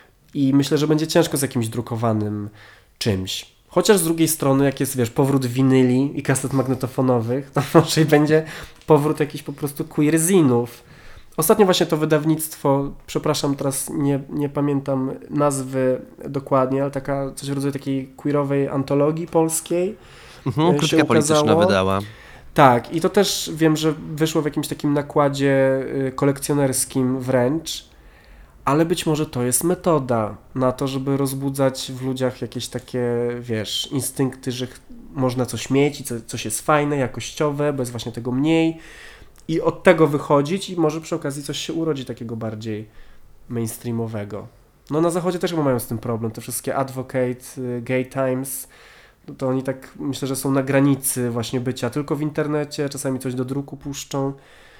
[SPEAKER 2] i myślę, że będzie ciężko z jakimś drukowanym czymś. Chociaż z drugiej strony, jak jest, wiesz, powrót winyli i kaset magnetofonowych, to może i będzie powrót jakichś po prostu queerzinów. Ostatnio właśnie to wydawnictwo, przepraszam, teraz nie, nie pamiętam nazwy dokładnie, ale taka coś w rodzaju takiej queerowej antologii polskiej.
[SPEAKER 1] Mhm,
[SPEAKER 2] się
[SPEAKER 1] krytyka polityczna
[SPEAKER 2] ukazało.
[SPEAKER 1] wydała.
[SPEAKER 2] Tak, i to też wiem, że wyszło w jakimś takim nakładzie y, kolekcjonerskim wręcz, ale być może to jest metoda na to, żeby rozbudzać w ludziach jakieś takie, wiesz, instynkty, że ch- można coś mieć i co, coś jest fajne, jakościowe, bo jest właśnie tego mniej. I od tego wychodzić i może przy okazji coś się urodzi takiego bardziej mainstreamowego. No na zachodzie też chyba mają z tym problem. Te wszystkie Advocate, Gay Times, no to oni tak myślę, że są na granicy właśnie bycia tylko w internecie, czasami coś do druku puszczą.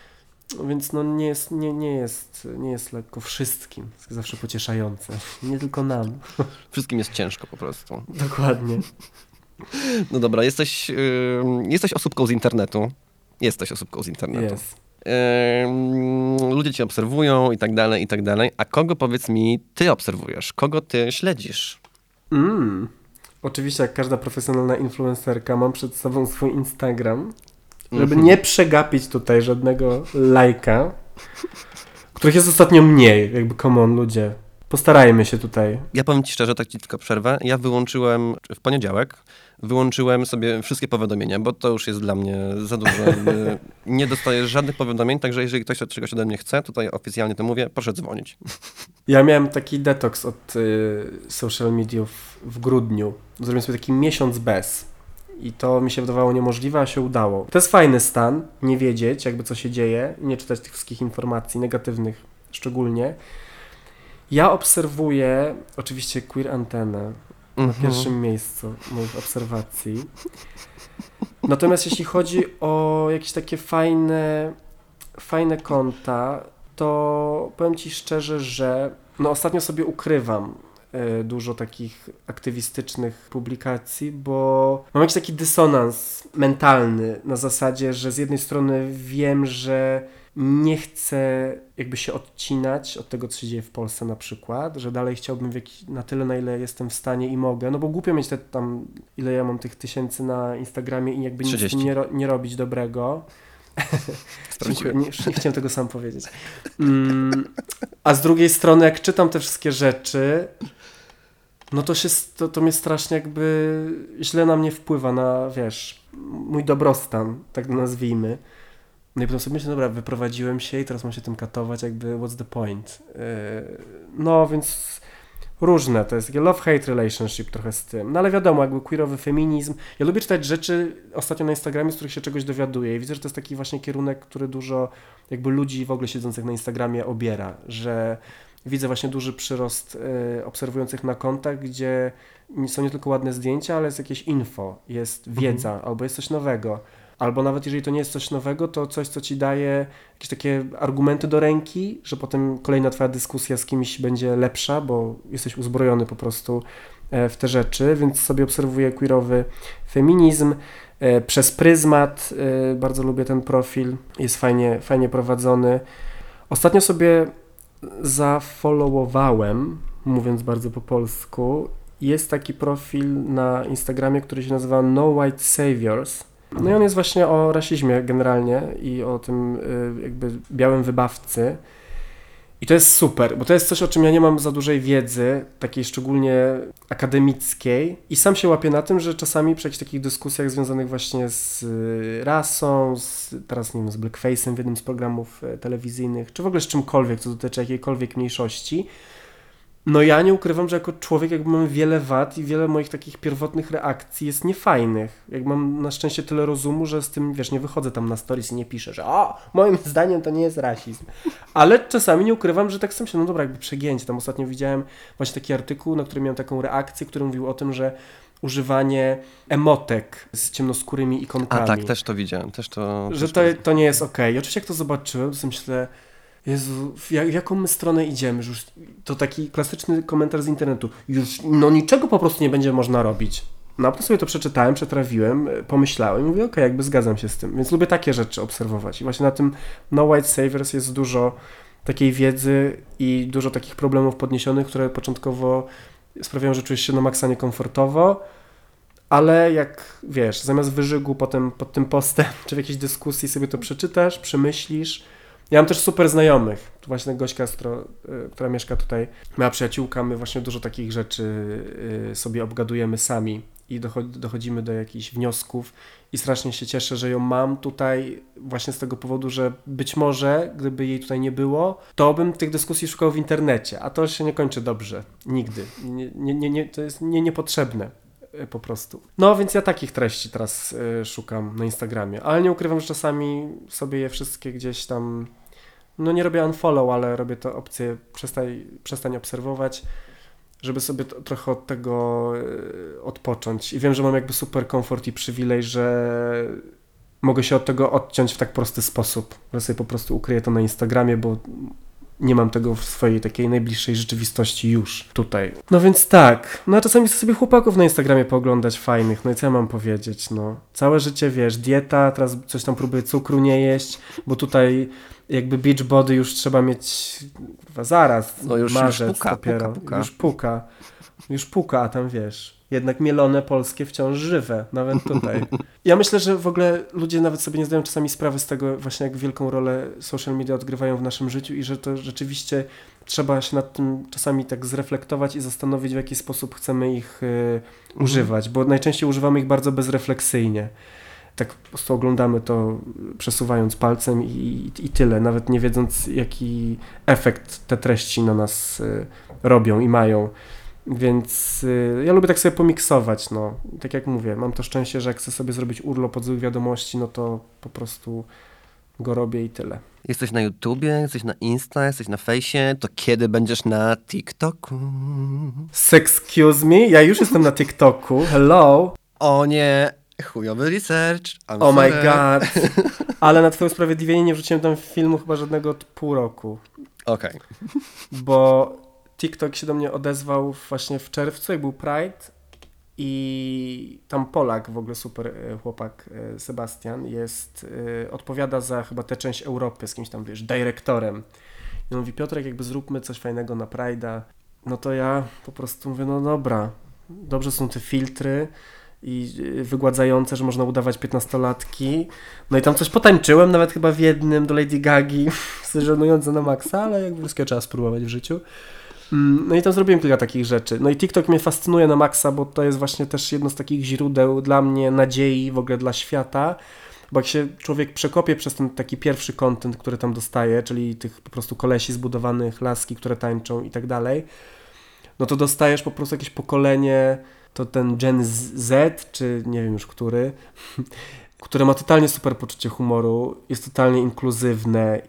[SPEAKER 2] Więc no nie jest, nie, nie jest, nie jest lekko wszystkim. Jest zawsze pocieszające. Nie tylko nam.
[SPEAKER 1] Wszystkim jest ciężko po prostu.
[SPEAKER 2] Dokładnie.
[SPEAKER 1] No dobra, jesteś, yy, jesteś osóbką z internetu. Jesteś osóbką z internetu.
[SPEAKER 2] Jest.
[SPEAKER 1] Ym, ludzie cię obserwują i tak dalej, i tak dalej. A kogo, powiedz mi, ty obserwujesz? Kogo ty śledzisz?
[SPEAKER 2] Mm. Oczywiście, jak każda profesjonalna influencerka, mam przed sobą swój Instagram, żeby
[SPEAKER 1] Mhm.
[SPEAKER 2] nie przegapić tutaj żadnego lajka, których jest ostatnio mniej. Jakby, come on, ludzie. Postarajmy się tutaj.
[SPEAKER 1] Ja powiem ci szczerze, tak ci tylko przerwę. Ja wyłączyłem w poniedziałek, wyłączyłem sobie wszystkie powiadomienia, bo to już jest dla mnie za dużo. Jakby nie dostaję żadnych powiadomień, także jeżeli ktoś od czegoś ode mnie chce, tutaj oficjalnie to mówię, proszę dzwonić.
[SPEAKER 2] Ja miałem taki detoks od y, social mediów w grudniu. Zrobiłem sobie taki miesiąc bez. I to mi się wydawało niemożliwe, a się udało. To jest fajny stan, nie wiedzieć jakby co się dzieje, nie czytać tych wszystkich informacji, negatywnych szczególnie. Ja obserwuję oczywiście Queer Antenę na
[SPEAKER 1] Mhm.
[SPEAKER 2] pierwszym miejscu moich obserwacji. Natomiast jeśli chodzi o jakieś takie fajne, fajne konta, to powiem ci szczerze, że no ostatnio sobie ukrywam y, dużo takich aktywistycznych publikacji, bo mam jakiś taki dysonans mentalny na zasadzie, że z jednej strony wiem, że nie chcę jakby się odcinać od tego, co się dzieje w Polsce na przykład, że dalej chciałbym w jakiś, na tyle, na ile jestem w stanie i mogę, no bo głupio mieć te tam, ile ja mam tych tysięcy na Instagramie i jakby nic z
[SPEAKER 1] trzydzieści.
[SPEAKER 2] tym nie, ro, nie robić dobrego.
[SPEAKER 1] Sprawdziłem.
[SPEAKER 2] Nie, nie chciałem tego sam powiedzieć. Mm, a z drugiej strony, jak czytam te wszystkie rzeczy, no to, się, to, to mnie strasznie jakby źle na mnie wpływa, na, wiesz, mój dobrostan, tak nazwijmy. No i potem sobie myślę, dobra, wyprowadziłem się i teraz mam się tym katować, jakby what's the point? Yy, no więc różne, to jest takie love-hate relationship trochę z tym. No ale wiadomo, jakby queerowy feminizm. Ja lubię czytać rzeczy ostatnio na Instagramie, z których się czegoś dowiaduję i widzę, że to jest taki właśnie kierunek, który dużo jakby ludzi w ogóle siedzących na Instagramie obiera, że widzę właśnie duży przyrost y, obserwujących na kontach, gdzie są nie tylko ładne zdjęcia, ale jest jakieś info, jest wiedza, mhm. albo jest coś nowego. Albo nawet jeżeli to nie jest coś nowego, to coś, co ci daje jakieś takie argumenty do ręki, że potem kolejna twoja dyskusja z kimś będzie lepsza, bo jesteś uzbrojony po prostu w te rzeczy, więc sobie obserwuję queerowy feminizm. Przez pryzmat bardzo lubię ten profil, jest fajnie, fajnie prowadzony. Ostatnio sobie zafollowowałem, mówiąc bardzo po polsku, jest taki profil na Instagramie, który się nazywa No White Saviors. No i on jest właśnie o rasizmie generalnie i o tym jakby białym wybawcy. I to jest super, bo to jest coś, o czym ja nie mam za dużej wiedzy, takiej szczególnie akademickiej. I sam się łapię na tym, że czasami przy jakichś takich dyskusjach związanych właśnie z rasą, z, teraz nie wiem, z blackface'em w jednym z programów telewizyjnych, czy w ogóle z czymkolwiek, co dotyczy jakiejkolwiek mniejszości, no ja nie ukrywam, że jako człowiek jakby mam wiele wad i wiele moich takich pierwotnych reakcji jest niefajnych. Jak mam na szczęście tyle rozumu, że z tym, wiesz, nie wychodzę tam na stories i nie piszę, że o, moim zdaniem to nie jest rasizm. Ale czasami nie ukrywam, że tak sam się, no dobra, jakby przegięcie. Tam ostatnio widziałem właśnie taki artykuł, na którym miałem taką reakcję, który mówił o tym, że używanie emotek z ciemnoskórymi ikonkami.
[SPEAKER 1] A tak, też to widziałem. Też to,
[SPEAKER 2] że
[SPEAKER 1] też
[SPEAKER 2] to,
[SPEAKER 1] to...
[SPEAKER 2] to nie jest okej. I oczywiście jak to zobaczyłem, to sobie myślę, Jezu, w, jak, w jaką my stronę idziemy? Że już, to taki klasyczny komentarz z internetu. Już no niczego po prostu nie będzie można robić. No a potem sobie to przeczytałem, przetrawiłem, pomyślałem i mówię, okej, okay, jakby zgadzam się z tym. Więc lubię takie rzeczy obserwować. I właśnie na tym No White Saviors jest dużo takiej wiedzy i dużo takich problemów podniesionych, które początkowo sprawiają, że czujesz się na maksa niekomfortowo, ale jak, wiesz, zamiast wyżygu potem pod tym postem, czy w jakiejś dyskusji sobie to przeczytasz, przemyślisz. Ja mam też super znajomych. Tu właśnie gośka, która mieszka tutaj, moja przyjaciółka, my właśnie dużo takich rzeczy sobie obgadujemy sami i dochodzimy do jakichś wniosków i strasznie się cieszę, że ją mam tutaj właśnie z tego powodu, że być może, gdyby jej tutaj nie było, to bym tych dyskusji szukał w internecie, a to się nie kończy dobrze. Nigdy. Nie, nie, nie, nie, to jest nie, niepotrzebne. Po prostu. No więc ja takich treści teraz y, szukam na Instagramie, ale nie ukrywam, że czasami sobie je wszystkie gdzieś tam, no nie robię unfollow, ale robię to opcję przestań, przestań obserwować, żeby sobie to, trochę od tego y, odpocząć. I wiem, że mam jakby super komfort i przywilej, że mogę się od tego odciąć w tak prosty sposób, że sobie po prostu ukryję to na Instagramie, bo nie mam tego w swojej takiej najbliższej rzeczywistości już tutaj. No więc tak, no a czasami chcę sobie chłopaków na Instagramie pooglądać fajnych, no i co ja mam powiedzieć, no. Całe życie, wiesz, dieta, teraz coś tam próbuję cukru nie jeść, bo tutaj jakby beach body już trzeba mieć kurwa, zaraz,
[SPEAKER 1] No już,
[SPEAKER 2] marzec
[SPEAKER 1] już puka,
[SPEAKER 2] dopiero.
[SPEAKER 1] puka, puka.
[SPEAKER 2] Już puka, już puka, a tam wiesz, jednak mielone polskie wciąż żywe, nawet tutaj. Ja myślę, że w ogóle ludzie nawet sobie nie zdają czasami sprawy z tego właśnie, jak wielką rolę social media odgrywają w naszym życiu i że to rzeczywiście trzeba się nad tym czasami tak zreflektować i zastanowić, w jaki sposób chcemy ich y, używać, bo najczęściej używamy ich bardzo bezrefleksyjnie. Tak po prostu oglądamy to przesuwając palcem i, i, i tyle, nawet nie wiedząc, jaki efekt te treści na nas y, robią i mają. Więc y, ja lubię tak sobie pomiksować, no. Tak jak mówię, mam to szczęście, że jak chcę sobie zrobić urlop od złych wiadomości, no to po prostu go robię i tyle.
[SPEAKER 1] Jesteś na YouTubie, jesteś na Insta, jesteś na Fejsie, to kiedy będziesz na TikToku?
[SPEAKER 2] Excuse me? Ja już jestem na TikToku. Hello?
[SPEAKER 1] O nie, chujowy research. I'm
[SPEAKER 2] Oh my
[SPEAKER 1] sorry.
[SPEAKER 2] god. Ale na twoje usprawiedliwienie nie wrzuciłem tam filmu chyba żadnego od pół roku.
[SPEAKER 1] Okej.
[SPEAKER 2] Bo TikTok się do mnie odezwał właśnie w czerwcu, jak był Pride i tam Polak, w ogóle super e, chłopak, e, Sebastian, jest, e, odpowiada za chyba tę część Europy z kimś tam, wiesz, dyrektorem. I on mówi, Piotrek, jakby zróbmy coś fajnego na Pride'a. No to ja po prostu mówię, no dobra, dobrze są te filtry i e, wygładzające, że można udawać piętnastolatki. No i tam coś potańczyłem, nawet chyba w jednym do Lady Gagi, żenujące na maksa, ale jakby wszystkiego trzeba spróbować w życiu. No i tam zrobiłem kilka takich rzeczy. No i TikTok mnie fascynuje na maksa, bo to jest właśnie też jedno z takich źródeł dla mnie nadziei w ogóle dla świata, bo jak się człowiek przekopie przez ten taki pierwszy content, który tam dostaje, czyli tych po prostu kolesi zbudowanych, laski, które tańczą i tak dalej, no to dostajesz po prostu jakieś pokolenie, to ten Gen Z, czy nie wiem już który, które ma totalnie super poczucie humoru, jest totalnie inkluzywne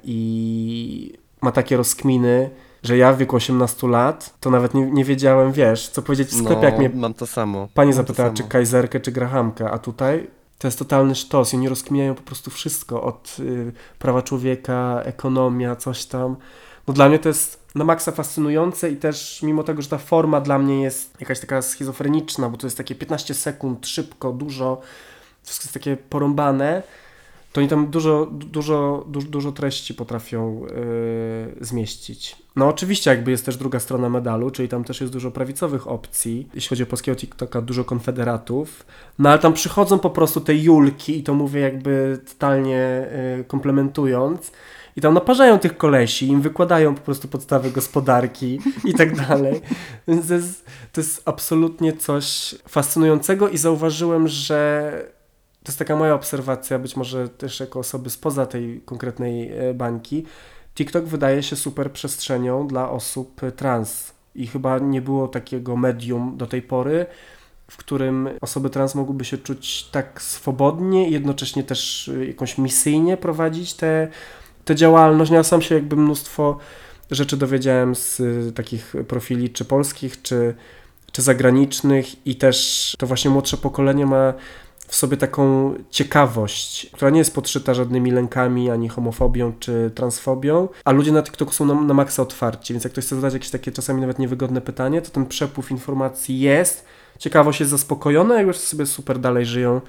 [SPEAKER 2] i ma takie rozkminy, że ja w wieku osiemnastu lat to nawet nie, nie wiedziałem, wiesz, co powiedzieć w sklepie,
[SPEAKER 1] No,
[SPEAKER 2] jak mnie
[SPEAKER 1] mam to samo.
[SPEAKER 2] pani
[SPEAKER 1] Mam to
[SPEAKER 2] zapytała,
[SPEAKER 1] samo.
[SPEAKER 2] czy kajzerkę, czy grahamkę, a tutaj to jest totalny sztos i oni rozkminiają po prostu wszystko, od y, prawa człowieka, ekonomia, coś tam. No dla mnie to jest na maksa fascynujące i też mimo tego, że ta forma dla mnie jest jakaś taka schizofreniczna, bo to jest takie piętnaście sekund, szybko, dużo, wszystko jest takie porąbane, to oni tam dużo, dużo, dużo, dużo treści potrafią yy, zmieścić. No oczywiście jakby jest też druga strona medalu, czyli tam też jest dużo prawicowych opcji. Jeśli chodzi o polskiego TikToka, dużo konfederatów. No ale tam przychodzą po prostu te Julki i to mówię jakby totalnie yy, komplementując. I tam naparzają tych kolesi, im wykładają po prostu podstawy gospodarki i tak dalej. Więc to jest, to jest absolutnie coś fascynującego i zauważyłem, że to jest taka moja obserwacja, być może też jako osoby spoza tej konkretnej bańki. TikTok wydaje się super przestrzenią dla osób trans i chyba nie było takiego medium do tej pory, w którym osoby trans mogłyby się czuć tak swobodnie i jednocześnie też jakąś misyjnie prowadzić tę te, te działalność. Ja sam się jakby mnóstwo rzeczy dowiedziałem z takich profili czy polskich, czy, czy zagranicznych i też to właśnie młodsze pokolenie ma w sobie taką ciekawość, która nie jest podszyta żadnymi lękami, ani homofobią, czy transfobią, a ludzie na TikToku są na, na maksa otwarci, więc jak ktoś chce zadać jakieś takie czasami nawet niewygodne pytanie, to ten przepływ informacji jest, ciekawość jest zaspokojona, jak już sobie super dalej żyją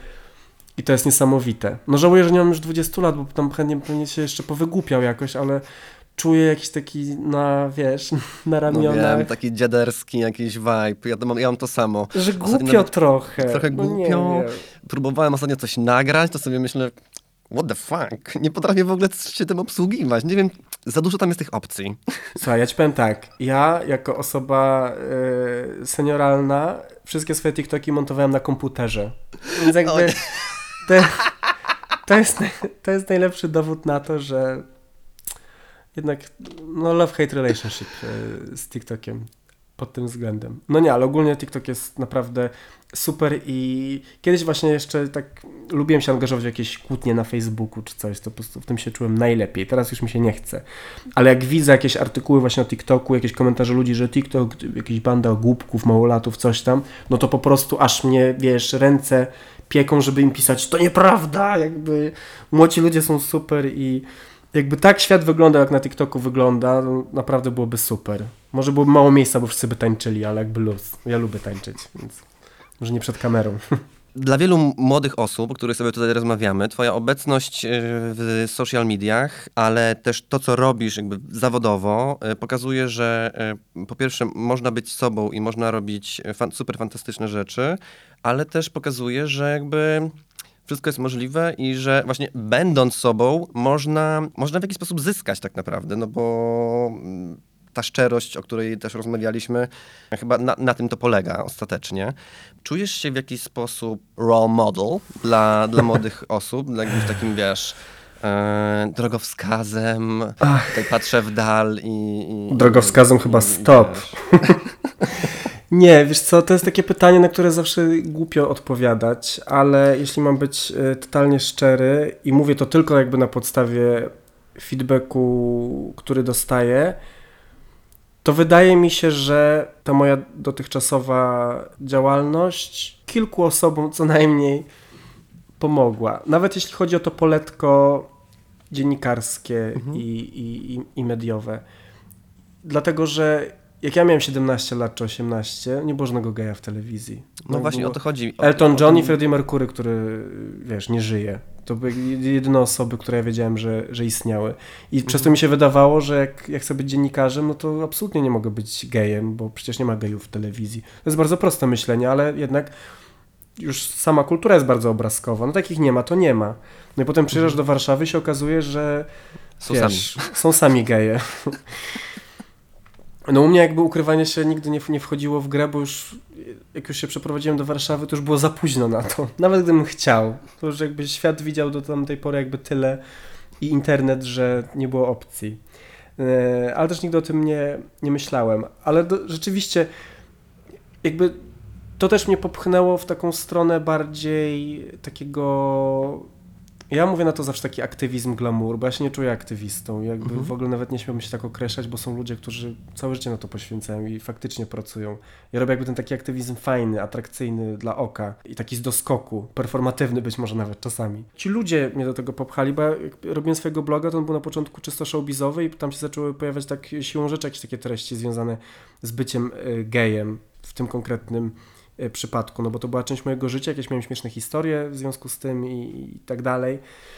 [SPEAKER 2] i to jest niesamowite. No żałuję, że nie mam już dwudziestu lat, bo tam chętnie pewnie się jeszcze powygłupiał jakoś, ale czuję jakiś taki, na wiesz, na ramionach.
[SPEAKER 1] No wiem, taki dziaderski jakiś vibe. Ja, to mam, ja mam to samo.
[SPEAKER 2] Że
[SPEAKER 1] Ostatnio
[SPEAKER 2] głupio
[SPEAKER 1] nawet
[SPEAKER 2] trochę.
[SPEAKER 1] Trochę
[SPEAKER 2] no nie
[SPEAKER 1] głupio.
[SPEAKER 2] wiem.
[SPEAKER 1] Próbowałem ostatnio coś nagrać, to sobie myślę, what the fuck? Nie potrafię w ogóle się tym obsługiwać. Nie wiem, za dużo tam jest tych opcji.
[SPEAKER 2] Słuchaj, ja ci powiem tak. Ja jako osoba y, senioralna wszystkie swoje TikToki montowałem na komputerze. Więc jakby
[SPEAKER 1] O nie.
[SPEAKER 2] to, to, jest, to jest najlepszy dowód na to, że jednak no love-hate relationship y, z TikTokiem pod tym względem. No nie, ale ogólnie TikTok jest naprawdę super i kiedyś właśnie jeszcze tak lubiłem się angażować w jakieś kłótnie na Facebooku czy coś, to po prostu w tym się czułem najlepiej. Teraz już mi się nie chce. Ale jak widzę jakieś artykuły właśnie o TikToku, jakieś komentarze ludzi, że TikTok, jakieś banda głupków, małolatów, coś tam, no to po prostu aż mnie, wiesz, ręce pieką, żeby im pisać, to nieprawda, jakby młodzi ludzie są super i Jakby tak świat wyglądał, jak na TikToku wygląda, to naprawdę byłoby super. Może byłoby mało miejsca, bo wszyscy by tańczyli, ale jakby luz. Ja lubię tańczyć, więc może nie przed kamerą.
[SPEAKER 1] Dla wielu młodych osób, o których sobie tutaj rozmawiamy, twoja obecność w social mediach, ale też to, co robisz jakby zawodowo, pokazuje, że po pierwsze można być sobą i można robić fan, super fantastyczne rzeczy, ale też pokazuje, że jakby wszystko jest możliwe i że właśnie będąc sobą można, można w jakiś sposób zyskać tak naprawdę, no bo ta szczerość, o której też rozmawialiśmy, chyba na, na tym to polega ostatecznie. Czujesz się w jakiś sposób role model dla, dla młodych osób, dla jakimś takim, wiesz, e, drogowskazem, Ach. Tutaj patrzę w dal i... i
[SPEAKER 2] drogowskazem i, chyba i, stop. Nie, wiesz co, to jest takie pytanie, na które zawsze głupio odpowiadać, ale jeśli mam być y, totalnie szczery i mówię to tylko jakby na podstawie feedbacku, który dostaję, to wydaje mi się, że ta moja dotychczasowa działalność kilku osobom co najmniej pomogła. Nawet jeśli chodzi o to poletko dziennikarskie mhm. i, i, i mediowe. Dlatego, że jak ja miałem siedemnaście lat czy osiemnaście, nie było żadnego geja w telewizji.
[SPEAKER 1] No, no właśnie o to chodzi. O,
[SPEAKER 2] Elton
[SPEAKER 1] o
[SPEAKER 2] John
[SPEAKER 1] tym...
[SPEAKER 2] i Freddie Mercury, który, wiesz, nie żyje. To były jedyne osoby, które ja wiedziałem, że, że istniały. I mhm. przez to mi się wydawało, że jak, jak chcę być dziennikarzem, no to absolutnie nie mogę być gejem, bo przecież nie ma gejów w telewizji. To jest bardzo proste myślenie, ale jednak już sama kultura jest bardzo obrazkowa. No takich nie ma, to nie ma. No i potem przyjeżdżasz mhm. do Warszawy i się okazuje, że
[SPEAKER 1] są,
[SPEAKER 2] wiesz,
[SPEAKER 1] sami.
[SPEAKER 2] są sami geje. No u mnie jakby ukrywanie się nigdy nie, nie wchodziło w grę, bo już jak już się przeprowadziłem do Warszawy, to już było za późno na to. Nawet gdybym chciał. To już jakby świat widział do tamtej pory jakby tyle i internet, że nie było opcji. Yy, ale też nigdy o tym nie, nie myślałem. Ale do, rzeczywiście jakby to też mnie popchnęło w taką stronę bardziej takiego... Ja mówię na to zawsze taki aktywizm glamour, bo ja się nie czuję aktywistą. Jakby mhm. w ogóle nawet nie śmiałbym się tak określać, bo są ludzie, którzy całe życie na to poświęcają i faktycznie pracują. Ja robię jakby ten taki aktywizm fajny, atrakcyjny dla oka i taki z doskoku, performatywny być może nawet czasami. Ci ludzie mnie do tego popchali, bo ja jak robiłem swojego bloga, to on był na początku czysto showbizowy i tam się zaczęły pojawiać tak siłą rzeczy jakieś takie treści związane z byciem y, gejem w tym konkretnym przypadku, no bo to była część mojego życia, jakieś miałem śmieszne historie w związku z tym i, i tak dalej.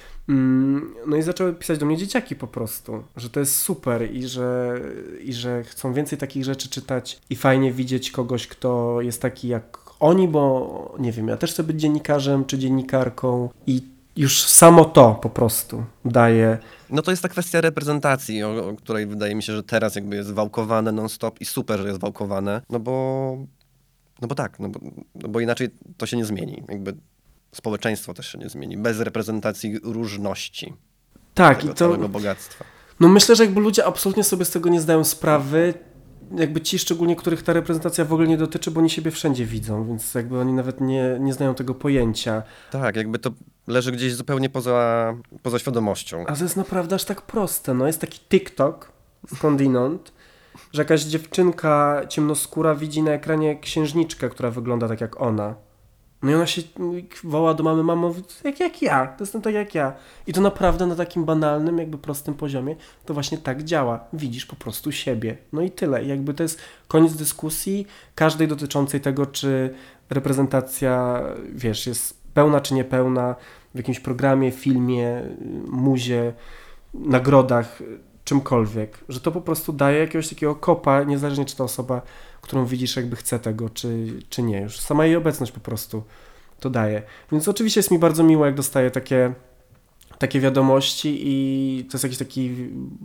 [SPEAKER 2] No i zaczęły pisać do mnie dzieciaki po prostu, że to jest super i że, i że chcą więcej takich rzeczy czytać i fajnie widzieć kogoś, kto jest taki jak oni, bo nie wiem, ja też chcę być dziennikarzem czy dziennikarką i już samo to po prostu daje.
[SPEAKER 1] No to jest ta kwestia reprezentacji, o, o której wydaje mi się, że teraz jakby jest wałkowane non-stop i super, że jest wałkowane, no bo No bo tak, no bo, no bo inaczej to się nie zmieni. Jakby społeczeństwo też się nie zmieni. Bez reprezentacji różności.
[SPEAKER 2] Tak,
[SPEAKER 1] tego
[SPEAKER 2] i to
[SPEAKER 1] całego bogactwa.
[SPEAKER 2] No myślę, że jakby ludzie absolutnie sobie z tego nie zdają sprawy. Jakby ci szczególnie, których ta reprezentacja w ogóle nie dotyczy, bo oni siebie wszędzie widzą, więc jakby oni nawet nie, nie znają tego pojęcia.
[SPEAKER 1] Tak, jakby to leży gdzieś zupełnie poza, poza świadomością.
[SPEAKER 2] A to jest naprawdę aż tak proste. No jest taki TikTok skądinąd, że jakaś dziewczynka ciemnoskóra widzi na ekranie księżniczkę, która wygląda tak jak ona. No i ona się woła do mamy, mamo, jak, jak ja, to jestem tak jak ja. I to naprawdę na takim banalnym, jakby prostym poziomie, to właśnie tak działa. Widzisz po prostu siebie. No i tyle. I jakby to jest koniec dyskusji, każdej dotyczącej tego, czy reprezentacja, wiesz, jest pełna czy niepełna w jakimś programie, filmie, muzie, nagrodach, czymkolwiek, że to po prostu daje jakiegoś takiego kopa, niezależnie czy ta osoba, którą widzisz, jakby chce tego, czy, czy nie. Już sama jej obecność po prostu to daje. Więc oczywiście jest mi bardzo miło, jak dostaję takie, takie wiadomości i to jest jakiś taki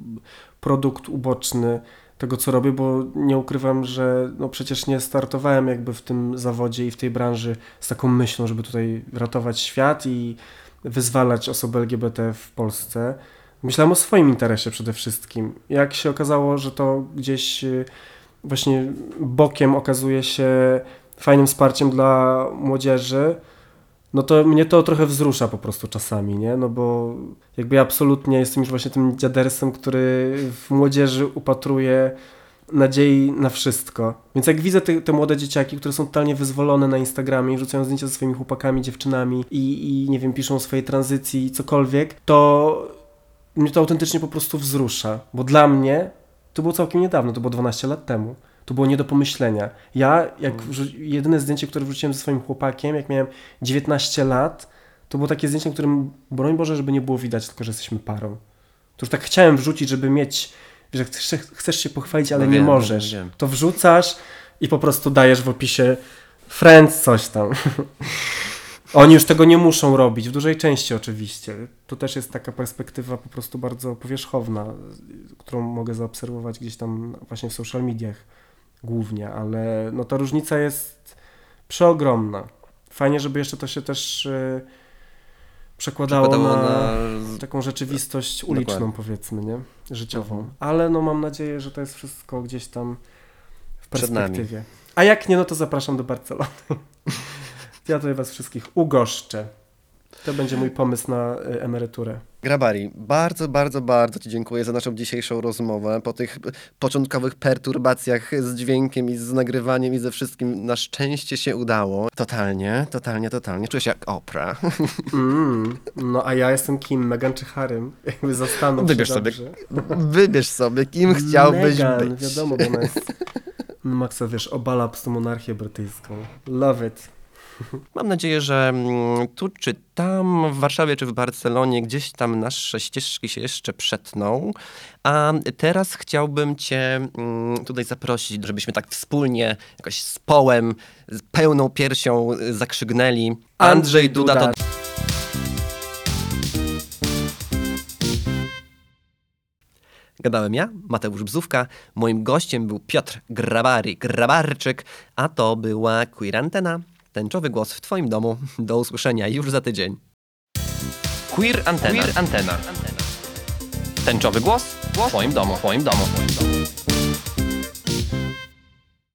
[SPEAKER 2] produkt uboczny tego, co robię, bo nie ukrywam, że no przecież nie startowałem jakby w tym zawodzie i w tej branży z taką myślą, żeby tutaj ratować świat i wyzwalać osoby L G B T w Polsce. Myślałem o swoim interesie przede wszystkim. Jak się okazało, że to gdzieś właśnie bokiem okazuje się fajnym wsparciem dla młodzieży, no to mnie to trochę wzrusza po prostu czasami, nie? No bo jakby ja absolutnie jestem już właśnie tym dziadersem, który w młodzieży upatruje nadziei na wszystko. Więc jak widzę te, te młode dzieciaki, które są totalnie wyzwolone na Instagramie i rzucają zdjęcia ze swoimi chłopakami, dziewczynami i, i nie wiem, piszą o swojej tranzycji i cokolwiek, to mnie to autentycznie po prostu wzrusza, bo dla mnie to było całkiem niedawno, to było dwanaście lat temu. To było nie do pomyślenia. Ja, jak wrzu- jedyne zdjęcie, które wrzuciłem ze swoim chłopakiem, jak miałem dziewiętnaście lat, to było takie zdjęcie, na którym, broń Boże, żeby nie było widać, tylko że jesteśmy parą. To już tak chciałem wrzucić, żeby mieć, że chcesz, chcesz się pochwalić, ale
[SPEAKER 1] No
[SPEAKER 2] nie
[SPEAKER 1] wiem,
[SPEAKER 2] możesz.
[SPEAKER 1] wiem.
[SPEAKER 2] To wrzucasz i po prostu dajesz w opisie friends coś tam. Oni już tego nie muszą robić, w dużej części oczywiście. To też jest taka perspektywa po prostu bardzo powierzchowna, którą mogę zaobserwować gdzieś tam właśnie w social mediach głównie, ale no ta różnica jest przeogromna. Fajnie, żeby jeszcze to się też e, przekładało,
[SPEAKER 1] Przekładało
[SPEAKER 2] na,
[SPEAKER 1] na-
[SPEAKER 2] taką rzeczywistość uliczną,
[SPEAKER 1] Dokładnie.
[SPEAKER 2] powiedzmy, nie? Życiową.
[SPEAKER 1] Mhm.
[SPEAKER 2] Ale no mam nadzieję, że to jest wszystko gdzieś tam w
[SPEAKER 1] Przed nami.
[SPEAKER 2] perspektywie. A jak nie, no to zapraszam do Barcelony. Ja tutaj was wszystkich ugoszczę. To będzie mój pomysł na y, emeryturę.
[SPEAKER 1] Grabari, bardzo, bardzo, bardzo Ci dziękuję za naszą dzisiejszą rozmowę. Po tych początkowych perturbacjach z dźwiękiem i z nagrywaniem i ze wszystkim na szczęście się udało. Totalnie, totalnie, totalnie. Czuję się jak Oprah.
[SPEAKER 2] Mm, no a ja jestem kim? Meghan czy Harrym? Jakby zastanów
[SPEAKER 1] Wybierz
[SPEAKER 2] się
[SPEAKER 1] sobie,
[SPEAKER 2] dobrze.
[SPEAKER 1] wybierz sobie, kim chciałbyś
[SPEAKER 2] Meghan,
[SPEAKER 1] być.
[SPEAKER 2] wiadomo, bo ona jest... No Maxa, wiesz, obala po prostu monarchię brytyjską. Love it.
[SPEAKER 1] Mam nadzieję, że mm, tu czy tam, w Warszawie czy w Barcelonie, gdzieś tam nasze ścieżki się jeszcze przetną. A teraz chciałbym Cię mm, tutaj zaprosić, żebyśmy tak wspólnie, jakoś z połem, z pełną piersią y, zakrzygnęli. Andrzej Duda to... Gadałem ja, Mateusz Bzówka. Moim gościem był Piotr Grabari, Grabarczyk, a to była Queer Antena. Tęczowy głos w Twoim domu. Do usłyszenia już za tydzień. Queer Antena. Queer Antena. Tęczowy głos w Twoim domu. W Twoim domu.